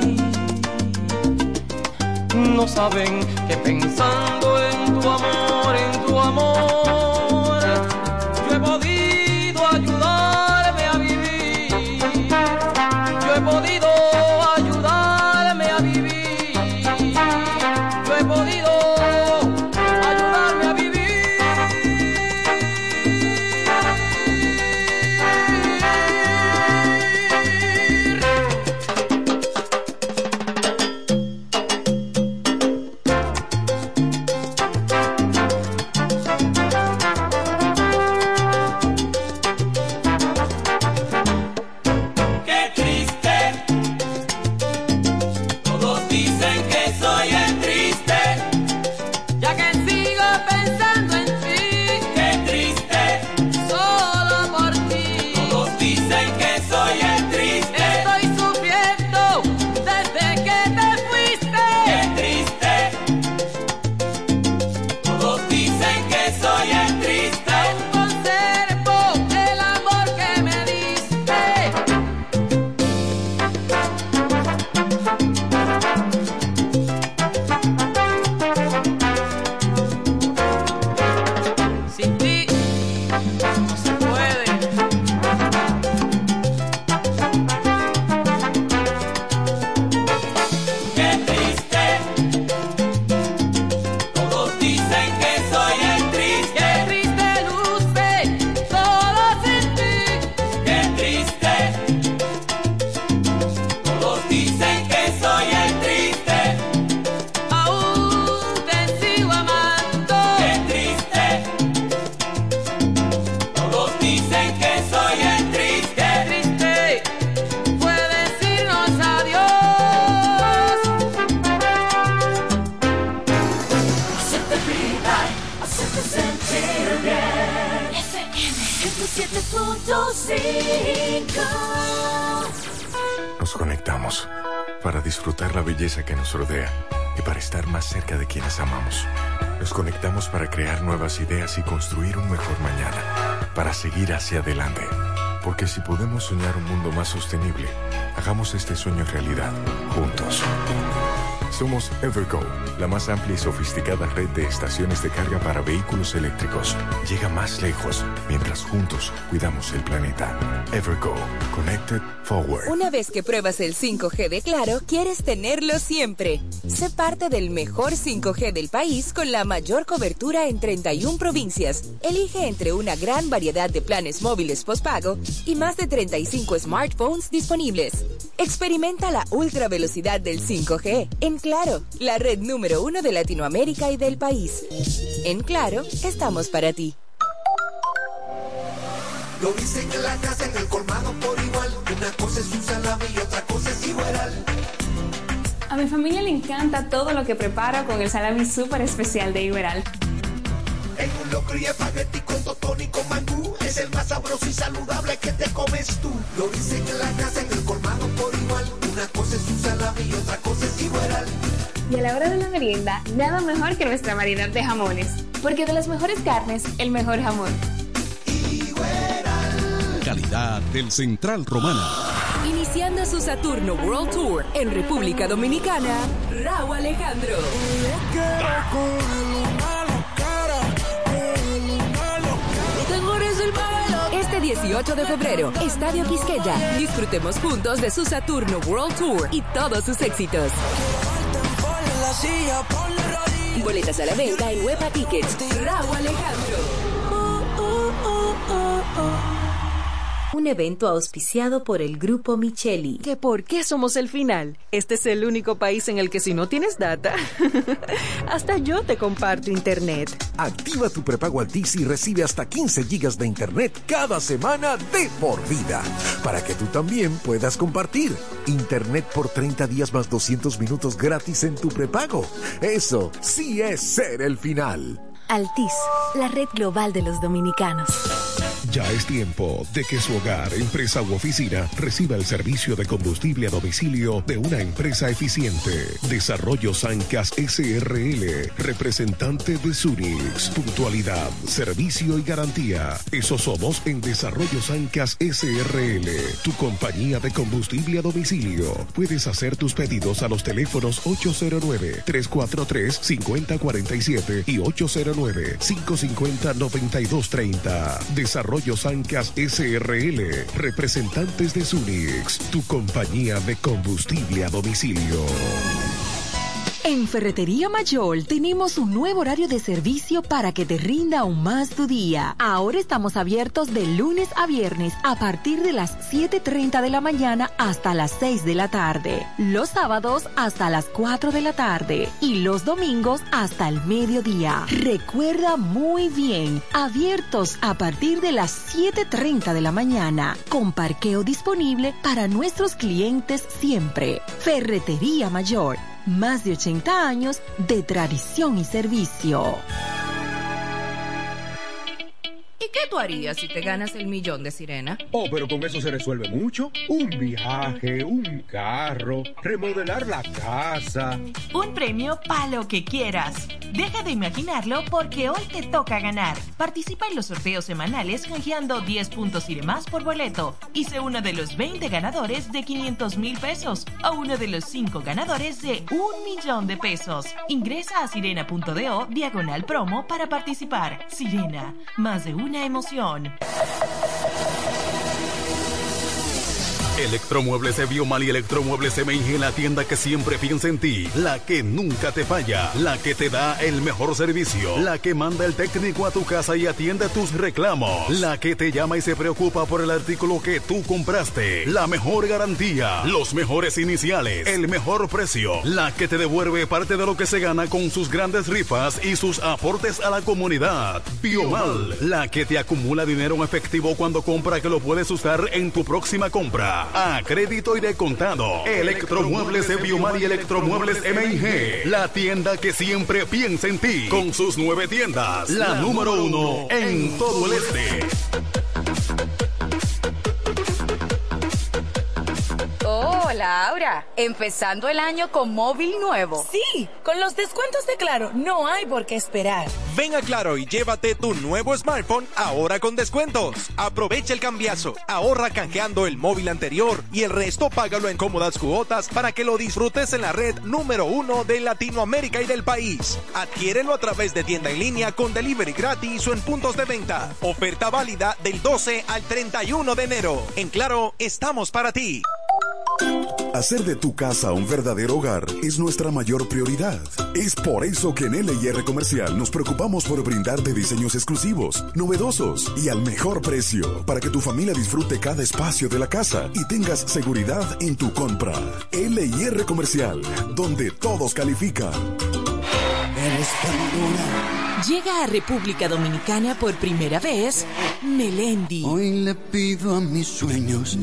[SPEAKER 2] No saben que pensando en tu amor, en tu amor, yo he podido ayudarme a vivir. Yo he podido ayudarme a vivir. Yo he podido ayudarme a vivir.
[SPEAKER 4] siete punto cinco.
[SPEAKER 1] Nos conectamos para disfrutar la belleza que nos rodea y para estar más cerca de quienes amamos. Nos conectamos para crear nuevas ideas y construir un mejor mañana, para seguir hacia adelante. Porque si podemos soñar un mundo más sostenible, hagamos este sueño realidad, juntos. Somos Evergo, la más amplia y sofisticada red de estaciones de carga para vehículos eléctricos. Llega más lejos mientras juntos cuidamos el planeta. Evergo, Connected Forward.
[SPEAKER 9] Una vez que pruebas el cinco G de Claro, quieres tenerlo siempre. Sé parte del mejor cinco G del país con la mayor cobertura en treinta y una provincias. Elige entre una gran variedad de planes móviles postpago y más de treinta y cinco smartphones disponibles. Experimenta la ultra velocidad del cinco G en Claro, la red número uno de Latinoamérica y del país. En Claro, estamos para ti.
[SPEAKER 10] Lo dicen en la casa, en el colmado por igual. Una cosa es un salami y otra cosa es Iberal.
[SPEAKER 21] A mi familia le encanta todo lo que preparo con el salami súper especial de Iberal.
[SPEAKER 10] En un locro y espagueti con totón y con mangú. Es el más sabroso y saludable que te comes tú. Lo dicen en la casa, en el colmado por igual. Una cosa es un salami y otra cosa es Iberal.
[SPEAKER 21] Y a la hora de la merienda, nada mejor que nuestra variedad de jamones. Porque de las mejores carnes, el mejor jamón.
[SPEAKER 3] Calidad del Central Romana.
[SPEAKER 9] Iniciando su Saturno World Tour en República Dominicana, Rauw Alejandro. Este dieciocho de febrero, Estadio Quisqueya. Disfrutemos juntos de su Saturno World Tour y todos sus éxitos. Boletas a la venta en Huepa Tickets. Rauw Alejandro. Un evento auspiciado por el Grupo Micheli.
[SPEAKER 24] ¿Que por qué somos el final? Este es el único país en el que si no tienes data, hasta yo te comparto internet.
[SPEAKER 25] Activa tu prepago Altis y recibe hasta quince gigas de internet cada semana de por vida, para que tú también puedas compartir. Internet por treinta días más doscientos minutos gratis en tu prepago. Eso sí es ser el final.
[SPEAKER 26] Altis, la red global de los dominicanos.
[SPEAKER 3] Ya es tiempo de que su hogar, empresa u oficina reciba el servicio de combustible a domicilio de una empresa eficiente. Desarrollo Sancas S R L, representante de Sunix. Puntualidad, servicio y garantía. Eso somos en Desarrollo Sancas S R L, tu compañía de combustible a domicilio. Puedes hacer tus pedidos a los teléfonos ocho cero nueve, tres cuatro tres, cinco cero cuatro siete y ocho cero nueve, cinco cinco cero, nueve dos tres cero. Desarrollo Sancas S R L, representantes de Sunix, tu compañía de combustible a domicilio.
[SPEAKER 27] En Ferretería Mayor tenemos un nuevo horario de servicio para que te rinda aún más tu día. Ahora estamos abiertos de lunes a viernes a partir de las siete y treinta de la mañana hasta las seis de la tarde. Los sábados hasta las cuatro de la tarde y los domingos hasta el mediodía. Recuerda muy bien, abiertos a partir de las siete y treinta de la mañana, con parqueo disponible para nuestros clientes siempre. Ferretería Mayor. Más de ochenta años de tradición y servicio.
[SPEAKER 9] ¿Y qué tú harías si te ganas el millón de Sirena?
[SPEAKER 28] Oh, pero con eso se resuelve mucho. Un viaje, un carro, remodelar la casa.
[SPEAKER 29] Un premio para lo que quieras. Deja de imaginarlo porque hoy te toca ganar. Participa en los sorteos semanales canjeando diez puntos y demás por boleto. Y sé uno de los veinte ganadores de quinientos mil pesos o uno de los cinco ganadores de un millón de pesos. Ingresa a sirena.do diagonal promo para participar. Sirena, más de una emoción.
[SPEAKER 3] Electromuebles Biomal y Electromuebles M I G, la tienda que siempre piensa en ti, la que nunca te falla, la que te da el mejor servicio, la que manda el técnico a tu casa y atiende tus reclamos, la que te llama y se preocupa por el artículo que tú compraste, la mejor garantía, los mejores iniciales, el mejor precio, la que te devuelve parte de lo que se gana con sus grandes rifas y sus aportes a la comunidad. Biomal, la que te acumula dinero en efectivo cuando compra que lo puedes usar en tu próxima compra. A crédito y de contado. Electromuebles de Biomal y Electromuebles M I G, la tienda que siempre piensa en ti, con sus nueve tiendas, la, la número uno en todo el este.
[SPEAKER 7] Laura, empezando el año con móvil nuevo.
[SPEAKER 8] Sí, con los descuentos de Claro, no hay por qué esperar.
[SPEAKER 11] Ven a Claro y llévate tu nuevo smartphone ahora con descuentos. Aprovecha el cambiazo, ahorra canjeando el móvil anterior y el resto págalo en cómodas cuotas para que lo disfrutes en la red número uno de Latinoamérica y del país. Adquiérelo a través de tienda en línea con delivery gratis o en puntos de venta. Oferta válida del doce al treinta y uno de enero. En Claro, estamos para ti.
[SPEAKER 12] Hacer de tu casa un verdadero hogar es nuestra mayor prioridad. Es por eso que en L y R Comercial nos preocupamos por brindarte diseños exclusivos, novedosos y al mejor precio para que tu familia disfrute cada espacio de la casa y tengas seguridad en tu compra. L y R Comercial, donde todos califican.
[SPEAKER 10] Eres tan dura.
[SPEAKER 27] Llega a República Dominicana por primera vez Melendi.
[SPEAKER 10] Hoy le pido a mis sueños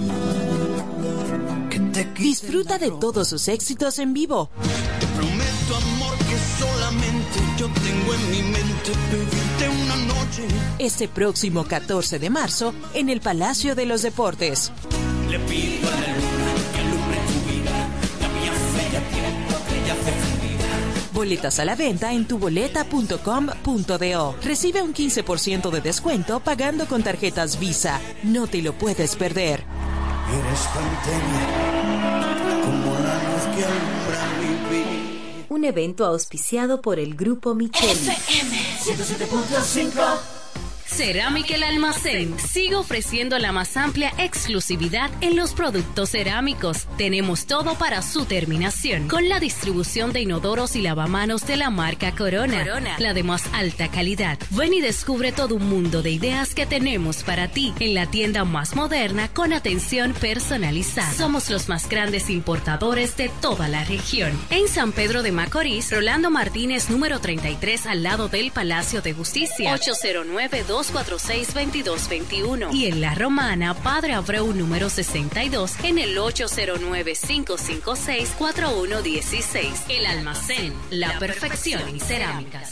[SPEAKER 10] que te
[SPEAKER 27] Disfruta de todos sus éxitos en vivo.
[SPEAKER 10] Te prometo, amor, que solamente yo tengo en mi mente pedirte una noche.
[SPEAKER 27] Este próximo catorce de marzo en el Palacio de los Deportes.
[SPEAKER 10] Le pido a la luna que alumbre tu vida. La mía fe ya tiempo que ya fe
[SPEAKER 27] Boletas a la venta en tuboleta punto com punto do. Recibe un quince por ciento de descuento pagando con tarjetas Visa. No te lo puedes perder.
[SPEAKER 10] Eres tan tenue como la luz que alumbra mi vida.
[SPEAKER 26] Un evento auspiciado por el Grupo Micheli.
[SPEAKER 4] F M ciento siete punto cinco.
[SPEAKER 14] Cerámica El Almacén sigue ofreciendo la más amplia exclusividad en los productos cerámicos. Tenemos todo para su terminación, con la distribución de inodoros y lavamanos de la marca Corona, Corona, la de más alta calidad. Ven y descubre todo un mundo de ideas que tenemos para ti en la tienda más moderna con atención personalizada. Somos los más grandes importadores de toda la región. En San Pedro de Macorís, Rolando Martínez, número treinta y tres, al lado del Palacio de Justicia, ocho cero nueve, dos cuatro seis, veintidós veintiuno. Y en La Romana, Padre Abreu número sesenta y dos, en el ocho cero nueve, cinco cinco seis, cuatro uno uno seis. El Almacén, la perfección en cerámicas.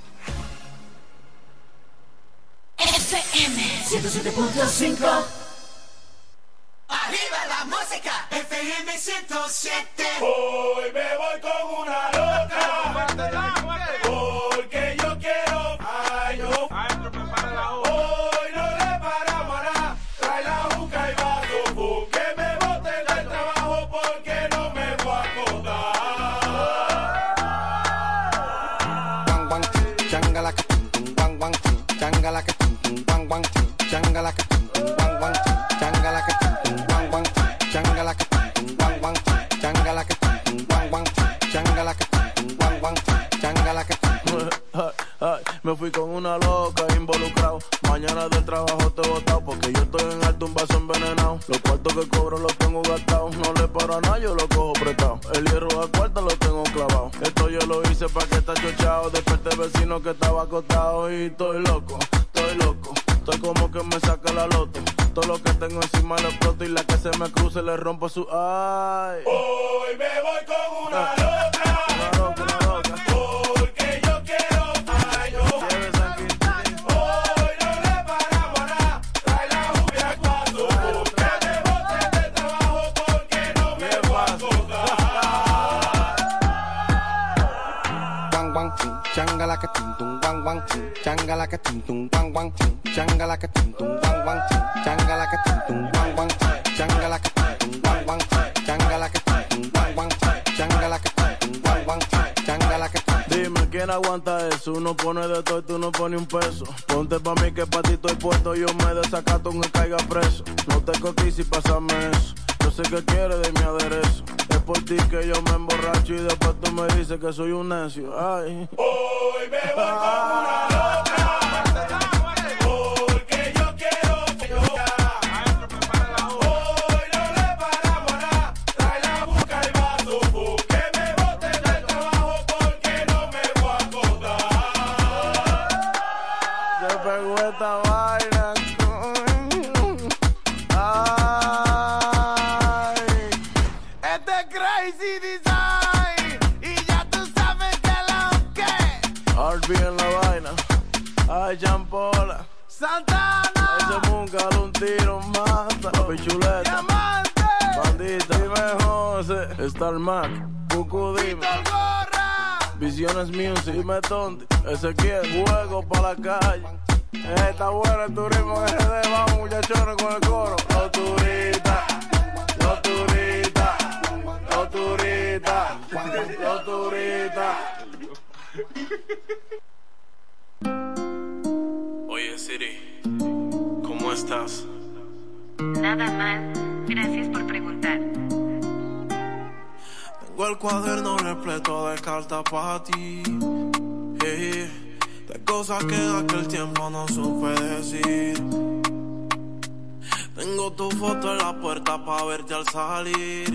[SPEAKER 4] F M ciento siete punto cinco.
[SPEAKER 10] Arriba la música. F M ciento siete.
[SPEAKER 16] Hoy me voy con una loca. Porque yo quiero. Ay, no. Hoy no le paramos a nada. Trae la juca y vaso. Que me boten del trabajo porque no me voy a acordar.
[SPEAKER 6] Guang guang, changala que tum tum, guang guang, changala que tum tum, guang guang, changala que tum tum, guang guang, changala que tum tum, guang guang, changala que tum tum, guang guang, changala que tum tum, guang guang, changala que tum tum, guang guang, changala que tum tum.
[SPEAKER 17] Me fui con una loca involucrado. Mañana del trabajo te he botado porque yo estoy en alto, un vaso envenenado. Los cuartos que cobro los tengo gastados. No le paro a nada, yo lo cojo prestado. El hierro a cuarto lo tengo clavado. Esto yo lo hice pa' que está chochado. Desperté vecino que estaba acostado y estoy loco, estoy loco. Estoy como que me saca la loto. Todo lo que tengo encima lo exploto y la que se me cruce le rompo su ay.
[SPEAKER 16] Hoy me voy con una loca.
[SPEAKER 17] Una loca, una loca.
[SPEAKER 16] Porque yo quiero. Ay, no. Hoy no le paramos a nada. Trae la juca y vaso. Que me boten del trabajo porque no me voy a acordar.
[SPEAKER 6] Guang guang, changala que tum tum, guang guang, changala que tum tum, guang guang, changala que tum tum, guang guang, changala que tum tum, guang guang, changala que tum tum, guang guang, changala que tum tum, guang guang, changala que tum tum, guang guang, changala que tum tum.
[SPEAKER 17] Dime quién aguanta eso. Uno pone de todo y tú no pones un peso. Ponte pa' mí que pa' ti estoy puesto. Yo me desacato aunque caiga preso. No te cotices y pásame eso. Yo sé que quieres de mi aderezo. Es por ti que yo me emborracho y después tú me dices que soy un necio. Ay.
[SPEAKER 16] Hoy me voy con una loca. Porque yo quiero. Hoy no le paramos a nada. Trae la juca y vaso. Que me boten del trabajo porque no me voy a acordar.
[SPEAKER 17] Yo pego esta vaina. Ay. Este es Crazy Design. Y ya tú sabes que lo que. R B en la vaina. Ay, champola. Santana. Ese munca un tiro mata. Papi chuleta. Diamante. bandita. Dime José, Star Mac, Bucu dime. Visiones Music, dime Tonti, Ezequiel, juego pa' la calle. Está bueno el turismo en R D, vamos muchachones con el coro. Los turistas, los turistas, los turistas, los turistas. Oye Siri, ¿cómo estás?
[SPEAKER 21] Nada mal, gracias por preguntar.
[SPEAKER 17] Tengo el cuaderno repleto de cartas para ti, hey, de cosas que en aquel tiempo no supe decir. Tengo tu foto en la puerta para verte al salir,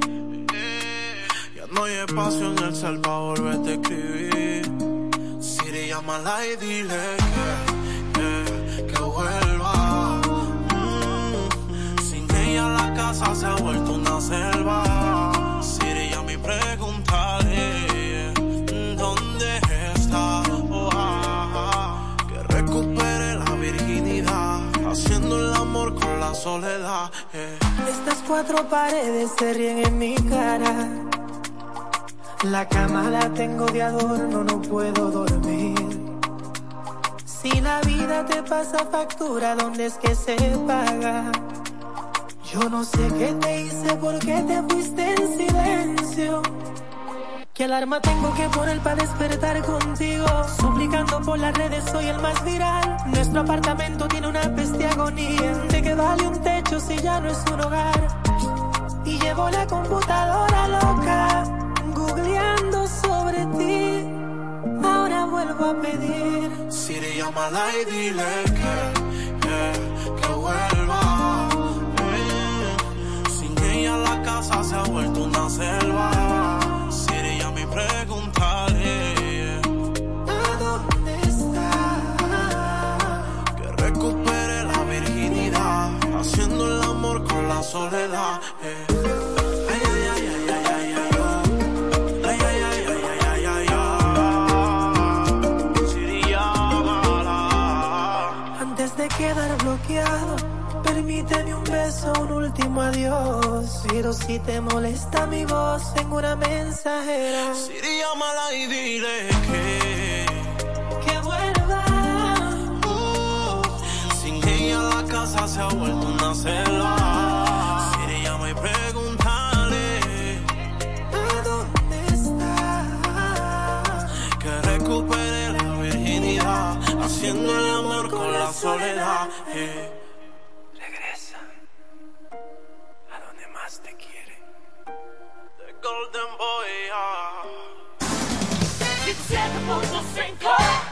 [SPEAKER 17] ya no hay espacio en el cel para volverte a escribir. Siri, llámala y dile que, que, que vuelva. Mm, sin ella la casa se ha vuelto una selva. Siri, ya me preguntaré dónde está. Oh, ah, ah, que recupere la virginidad, haciendo el amor con la soledad. Eh.
[SPEAKER 2] Estas cuatro paredes se ríen en mi cara. La cama la tengo de adorno, no puedo dormir. Si la vida te pasa factura, ¿dónde es que se paga? Yo no sé qué te hice, por qué te fuiste en silencio. ¿Qué alarma tengo que poner para despertar contigo? Suplicando por las redes, soy el más viral. Nuestro apartamento tiene una peste agonía. ¿De qué vale un techo si ya no es un hogar? Y llevo la computadora loca, googleando sobre ti. Ahora vuelvo a pedir.
[SPEAKER 17] Siri, llámala y dile que, que, que vuelva. Eh, sin ella la casa se ha vuelto una selva. Siri, ya me preguntaré
[SPEAKER 2] ¿a dónde está?
[SPEAKER 17] Que recupere la virginidad, haciendo el amor con la soledad. Eh.
[SPEAKER 2] De quedar bloqueado, permíteme un beso, un último adiós. Pero si te molesta mi voz, tengo una mensajera.
[SPEAKER 17] Siri, llámala y dile que
[SPEAKER 2] que vuelva.
[SPEAKER 17] Uh, sin ella la casa se ha vuelto una selva. Siri, llama y pregúntale
[SPEAKER 2] ¿a dónde está?
[SPEAKER 17] Que recupere la virginidad, haciendo el amor con la soledad. Eh. Regresa a donde más te quiere. The Golden Boy.
[SPEAKER 4] diecisiete punto cinco.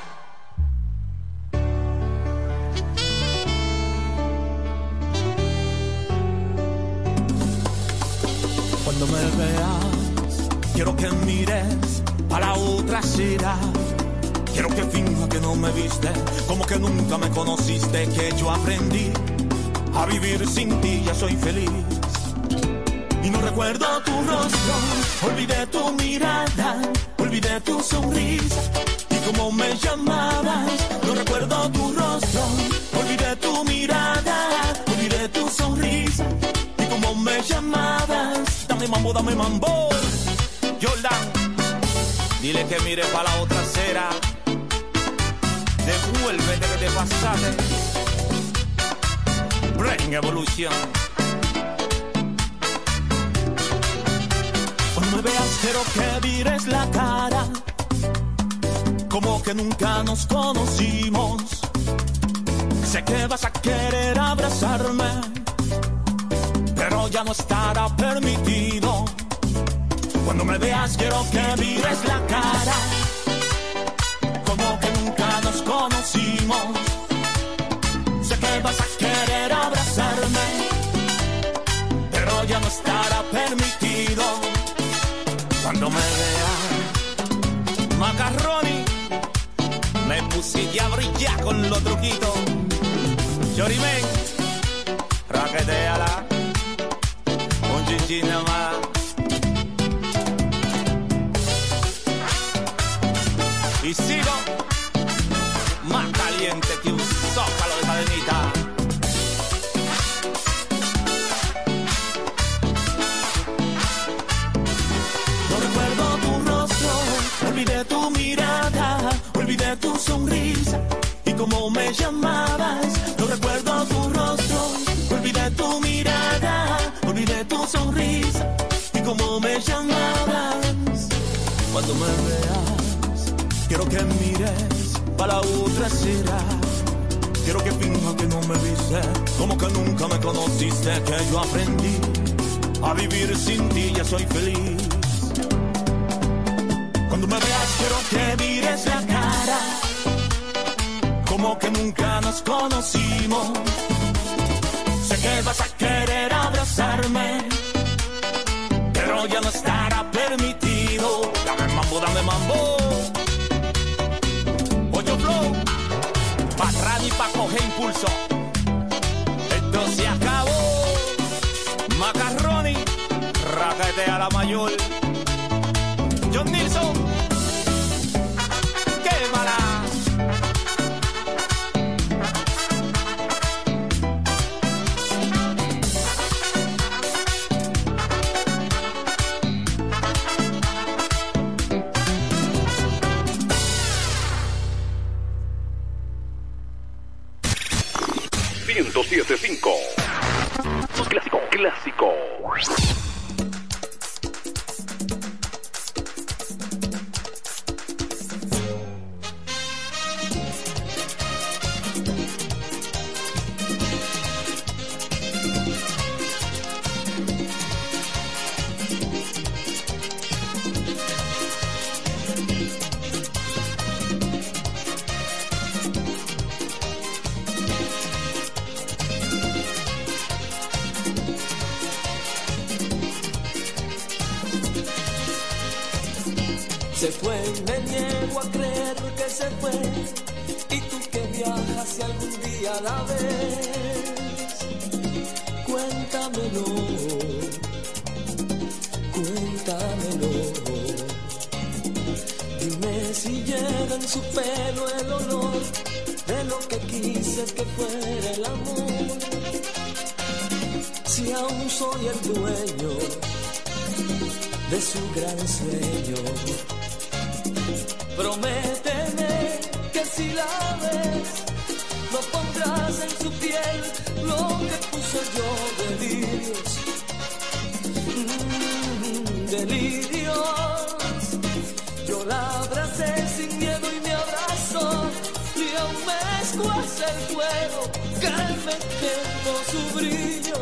[SPEAKER 5] Cuando me veas, quiero que mires a la otra ciudad. Quiero que finja que no me viste, como que nunca me conociste, que yo aprendí a vivir sin ti, ya soy feliz. Y no recuerdo tu rostro, olvidé tu mirada, olvidé tu sonrisa y cómo me llamabas. No recuerdo tu rostro, olvidé tu mirada, olvidé tu sonrisa y cómo me llamabas. Dame mambo, dame mambo. Jordan, dile que mire para la otra acera. Devuélvete que te pasaste. Brain Evolution. Cuando me veas quiero que vires la cara, como que nunca nos conocimos. Sé que vas a querer abrazarme, pero ya no estará permitido. Cuando me veas quiero que vires la cara, como que nunca nos conocimos. Sé que vas a querer abrazarme, pero ya no estará permitido. Cuando me veas, macarroni, me pusiste a brillar con los truquitos. Chorimen, raqueteala, un chinchín nada más. Y sigo más caliente que un zócalo de cadenita. cómo me llamabas. No recuerdo tu rostro, olvidé tu mirada, olvidé tu sonrisa y cómo me llamabas. Cuando me veas, quiero que mires para la otra acera. Quiero que finjas que no me viste, como que nunca me conociste, que yo aprendí a vivir sin ti, ya soy feliz. Cuando me veas quiero que mires la cara, como que nunca nos conocimos. Sé que vas a querer abrazarme, pero ya no estará permitido. Dame mambo, dame mambo. Oye flow, pa' atrás y pa' coger impulso. Esto se acabó. Macarroni, rájate a la mayor. John Nilsson, quémala.
[SPEAKER 3] ciento siete punto cinco. Clásico, clásico.
[SPEAKER 2] Se fue y me niego a creer que se fue. Y tú que viajas si algún día la ves, cuéntamelo, cuéntamelo. Dime si llega en su pelo el olor de lo que quise que fuera el amor. Si aún soy el dueño de su gran sueño. Prométeme que si la ves, no pondrás en su piel lo que puse yo, delirios, mm, delirios. Yo la abracé sin miedo y me abrazó, y aún me escuece el fuego que me quemó su brillo,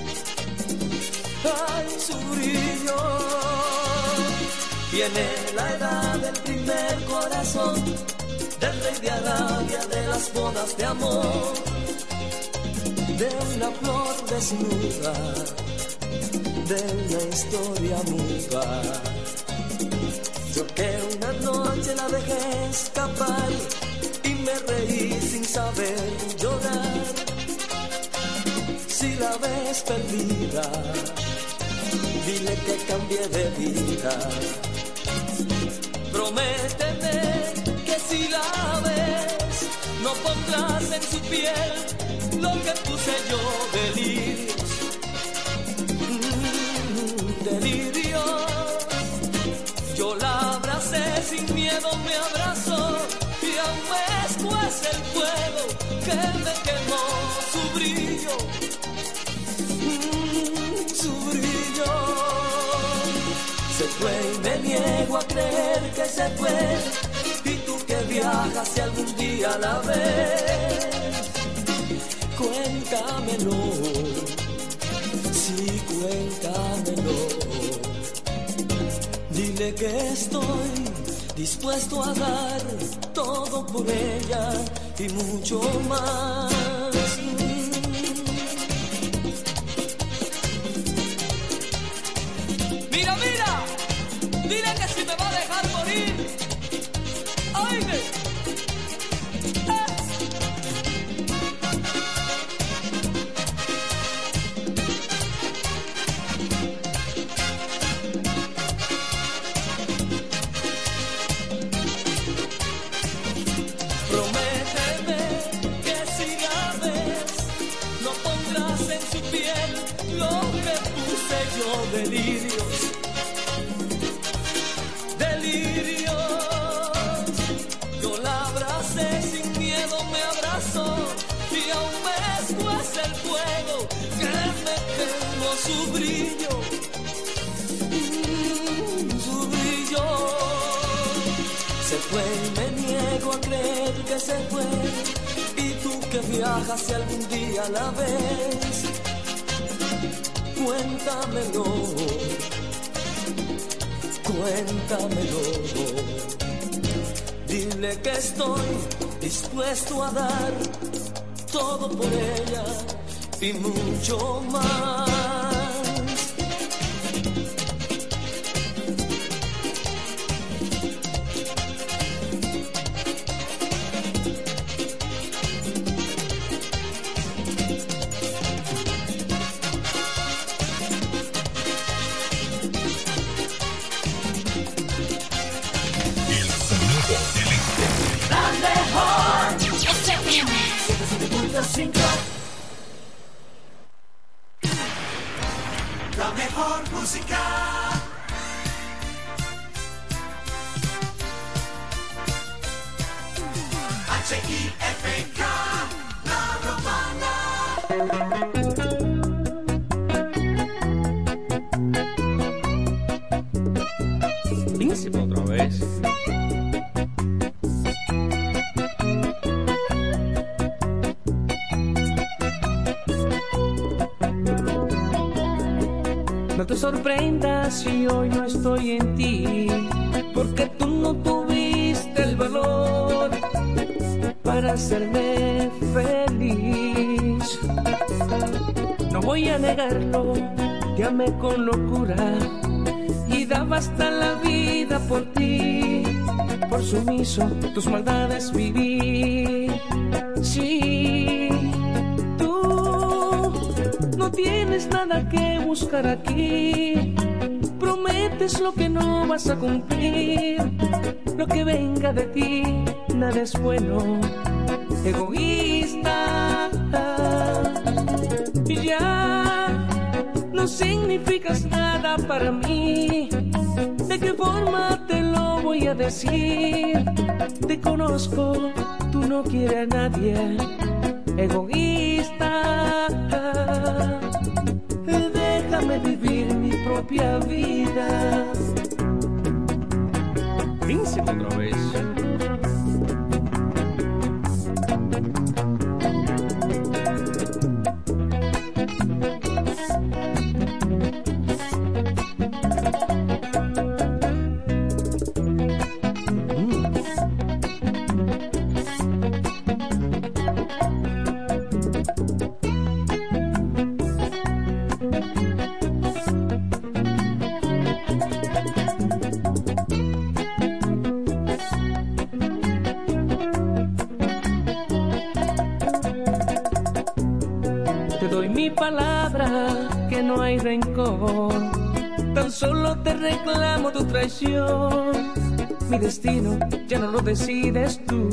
[SPEAKER 2] ay, su brillo. Tiene la edad del primer corazón, del rey de Arabia, de las bodas de amor, de una flor desnuda, de una historia muda. Yo que una noche la dejé escapar y me reí sin saber llorar. Si la ves perdida, dile que cambié de vida. Prométeme que si la ves, no pondrás en su piel lo que puse yo, delirios, mm, delirios. Yo la abracé sin miedo, me abrazó, y aún me escuece el fuego que me quemó su brillo, mm, su brillo. Se fue y me niego a creer que se fue. Y tú que viajas si algún día la ves, cuéntamelo, sí, cuéntamelo. Dile que estoy dispuesto a dar todo por ella y mucho más. Mira, mira, dile que si me va a dejar morir, oíme. Delirios, delirios. Yo la abracé sin miedo, me
[SPEAKER 1] corazón y aún me es el fuego que me tengo su brillo, mm, su brillo. Se fue y me niego a creer que se fue. Y tú que viajas si algún día la ves, cuéntamelo, cuéntamelo. Dile que estoy dispuesto a dar todo por ella y mucho más.
[SPEAKER 10] La mejor música. H I F K, La
[SPEAKER 1] Romana. Príncipe otra vez. No te sorprendas si hoy no estoy en ti, porque tú no tuviste el valor para hacerme feliz. No voy a negarlo, te amé con locura y daba hasta la vida por ti. Por sumiso tus maldades viví. Sí, no tienes nada que buscar aquí. Prometes lo que no vas a cumplir. Lo que venga de ti, nada es bueno. Egoísta, ya no significas nada para mí. ¿De qué forma te lo voy a decir? Te conozco, tú no quieres a nadie. Egoísta, déjame vivir mi propia vida. Príncipe otra vez. Que no hay rencor, tan solo te reclamo tu traición. Mi destino ya no lo decides tú.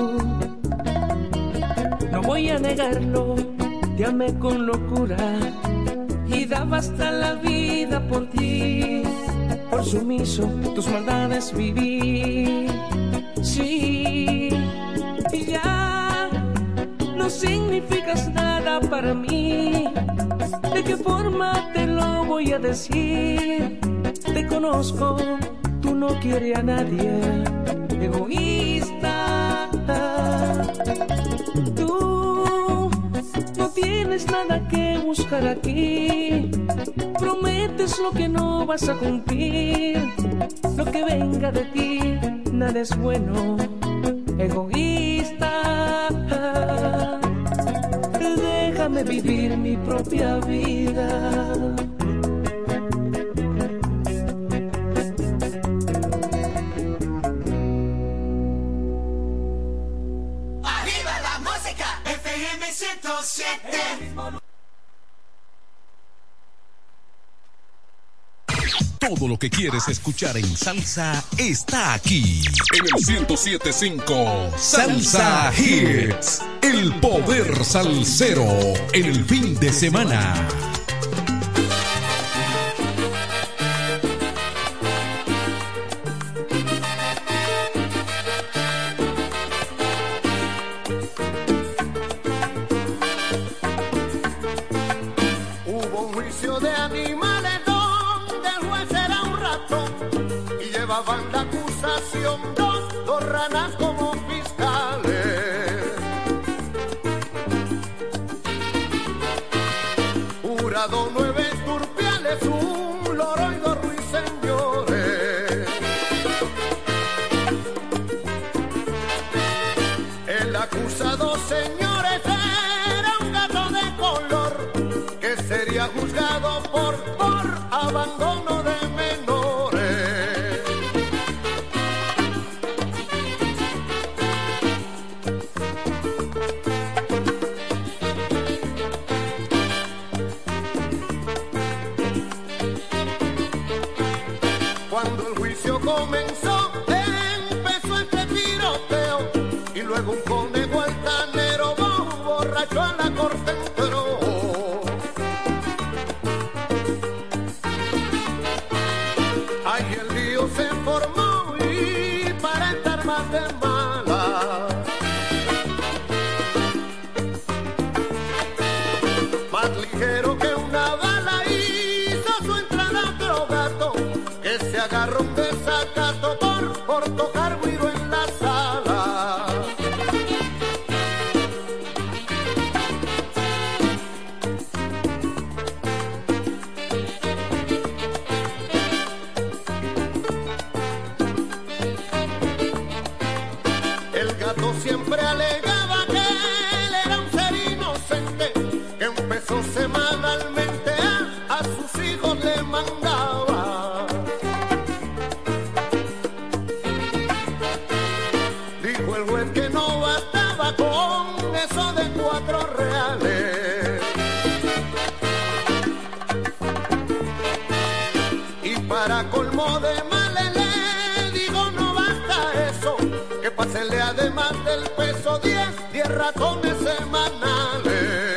[SPEAKER 1] No voy a negarlo, te amé con locura y daba hasta la vida por ti. Por sumiso tus maldades viví. Sí, y ya no significas nada para mí. ¿De qué forma te lo voy a decir? Te conozco, tú no quieres a nadie. Egoísta, tú no tienes nada que buscar aquí. Prometes lo que no vas a cumplir. Lo que venga de ti, nada es bueno. Egoísta, déjame vivir mi propia vida.
[SPEAKER 10] Arriba la música, F M ciento siete.
[SPEAKER 3] Todo lo que quieres escuchar en salsa está aquí en el ciento siete punto cinco Salsa Hits, el poder salsero en el fin de semana.
[SPEAKER 10] Hubo un juicio de animales donde el juez era un ratón y llevaban la acusación dos, dos ranas como fiscales. Jurado nueve turpiales, un loro y dos ruiseñores. El acusado, señores, era un gato de color que sería juzgado por, por abandono de menores. Cuando el juicio comenzó, empezó este tiroteo y luego un conejo altanero borracho a la corte entró. Ahí el lío se formó y para estar más de mala, más ligero que una bala hizo su entrada otro gato que se agarró un desacato por, por tocar guiro en la sala. El gato siempre alegaba que él era un ser inocente, que empezó semanalmente a, a sus hijos le mandaba. Dijo el juez que no bastaba con eso de cuatro reales. Y para colmo de males le digo no basta eso, que pásenle además del peso diez, diez ratones semanales.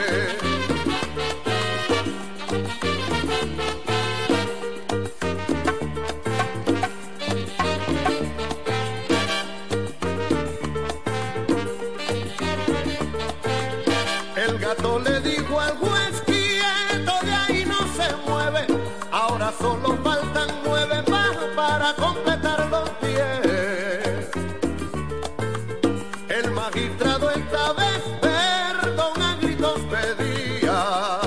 [SPEAKER 10] El gato le dijo al juez, quieto de ahí no se mueve, ahora solo faltan nueve más para completar los diez. El magistrado esta vez perdón a gritos pedía,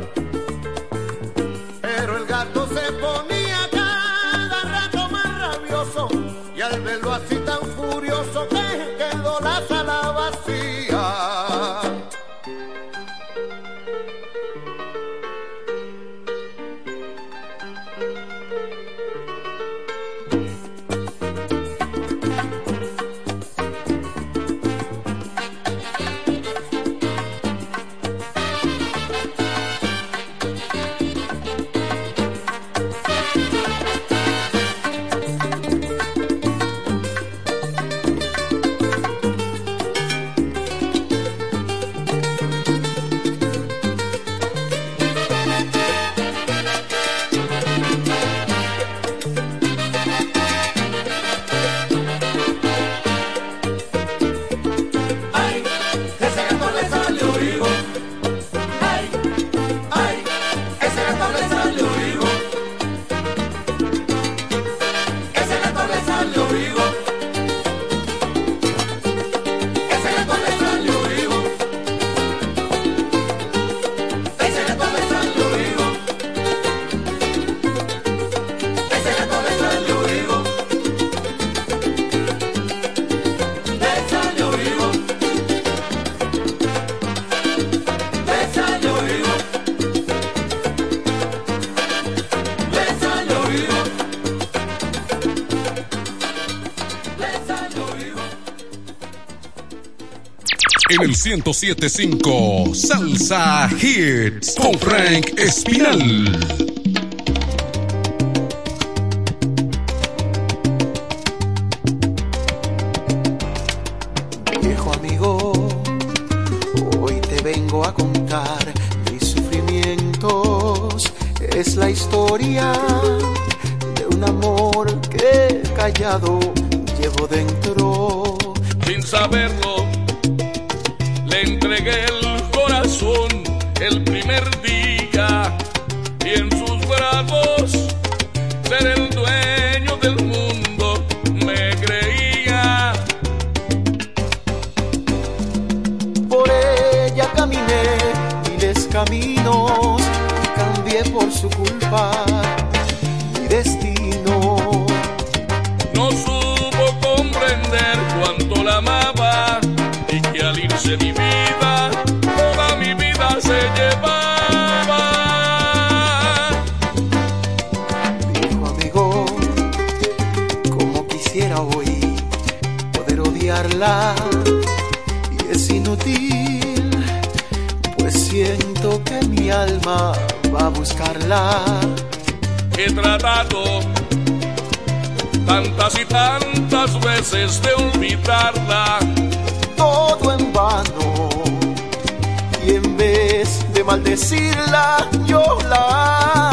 [SPEAKER 10] pero el gato se ponía cada rato más rabioso y al verlo así tan furioso que quedó la sala vacía.
[SPEAKER 3] En el ciento siete punto cinco, Salsa Hits con Frank Espinal.
[SPEAKER 10] Viejo amigo, hoy te vengo a contar mis sufrimientos. Es la historia de un amor que callado llevo dentro.
[SPEAKER 13] Sin saberlo, le entregué el corazón el primer día y en sus brazos ser el dueño del mundo me creía.
[SPEAKER 15] Por ella caminé miles caminos y cambié por su culpa mi destino.
[SPEAKER 13] No supo comprender cuánto la amaba y que al irse mi vida, toda mi vida se llevaba.
[SPEAKER 15] Dijo amigo, como quisiera hoy poder odiarla, y es inútil, pues siento que mi alma va a buscarla.
[SPEAKER 13] He tratado tantas y tantas veces de olvidarla,
[SPEAKER 15] todo en vano, y en vez de maldecirla yo la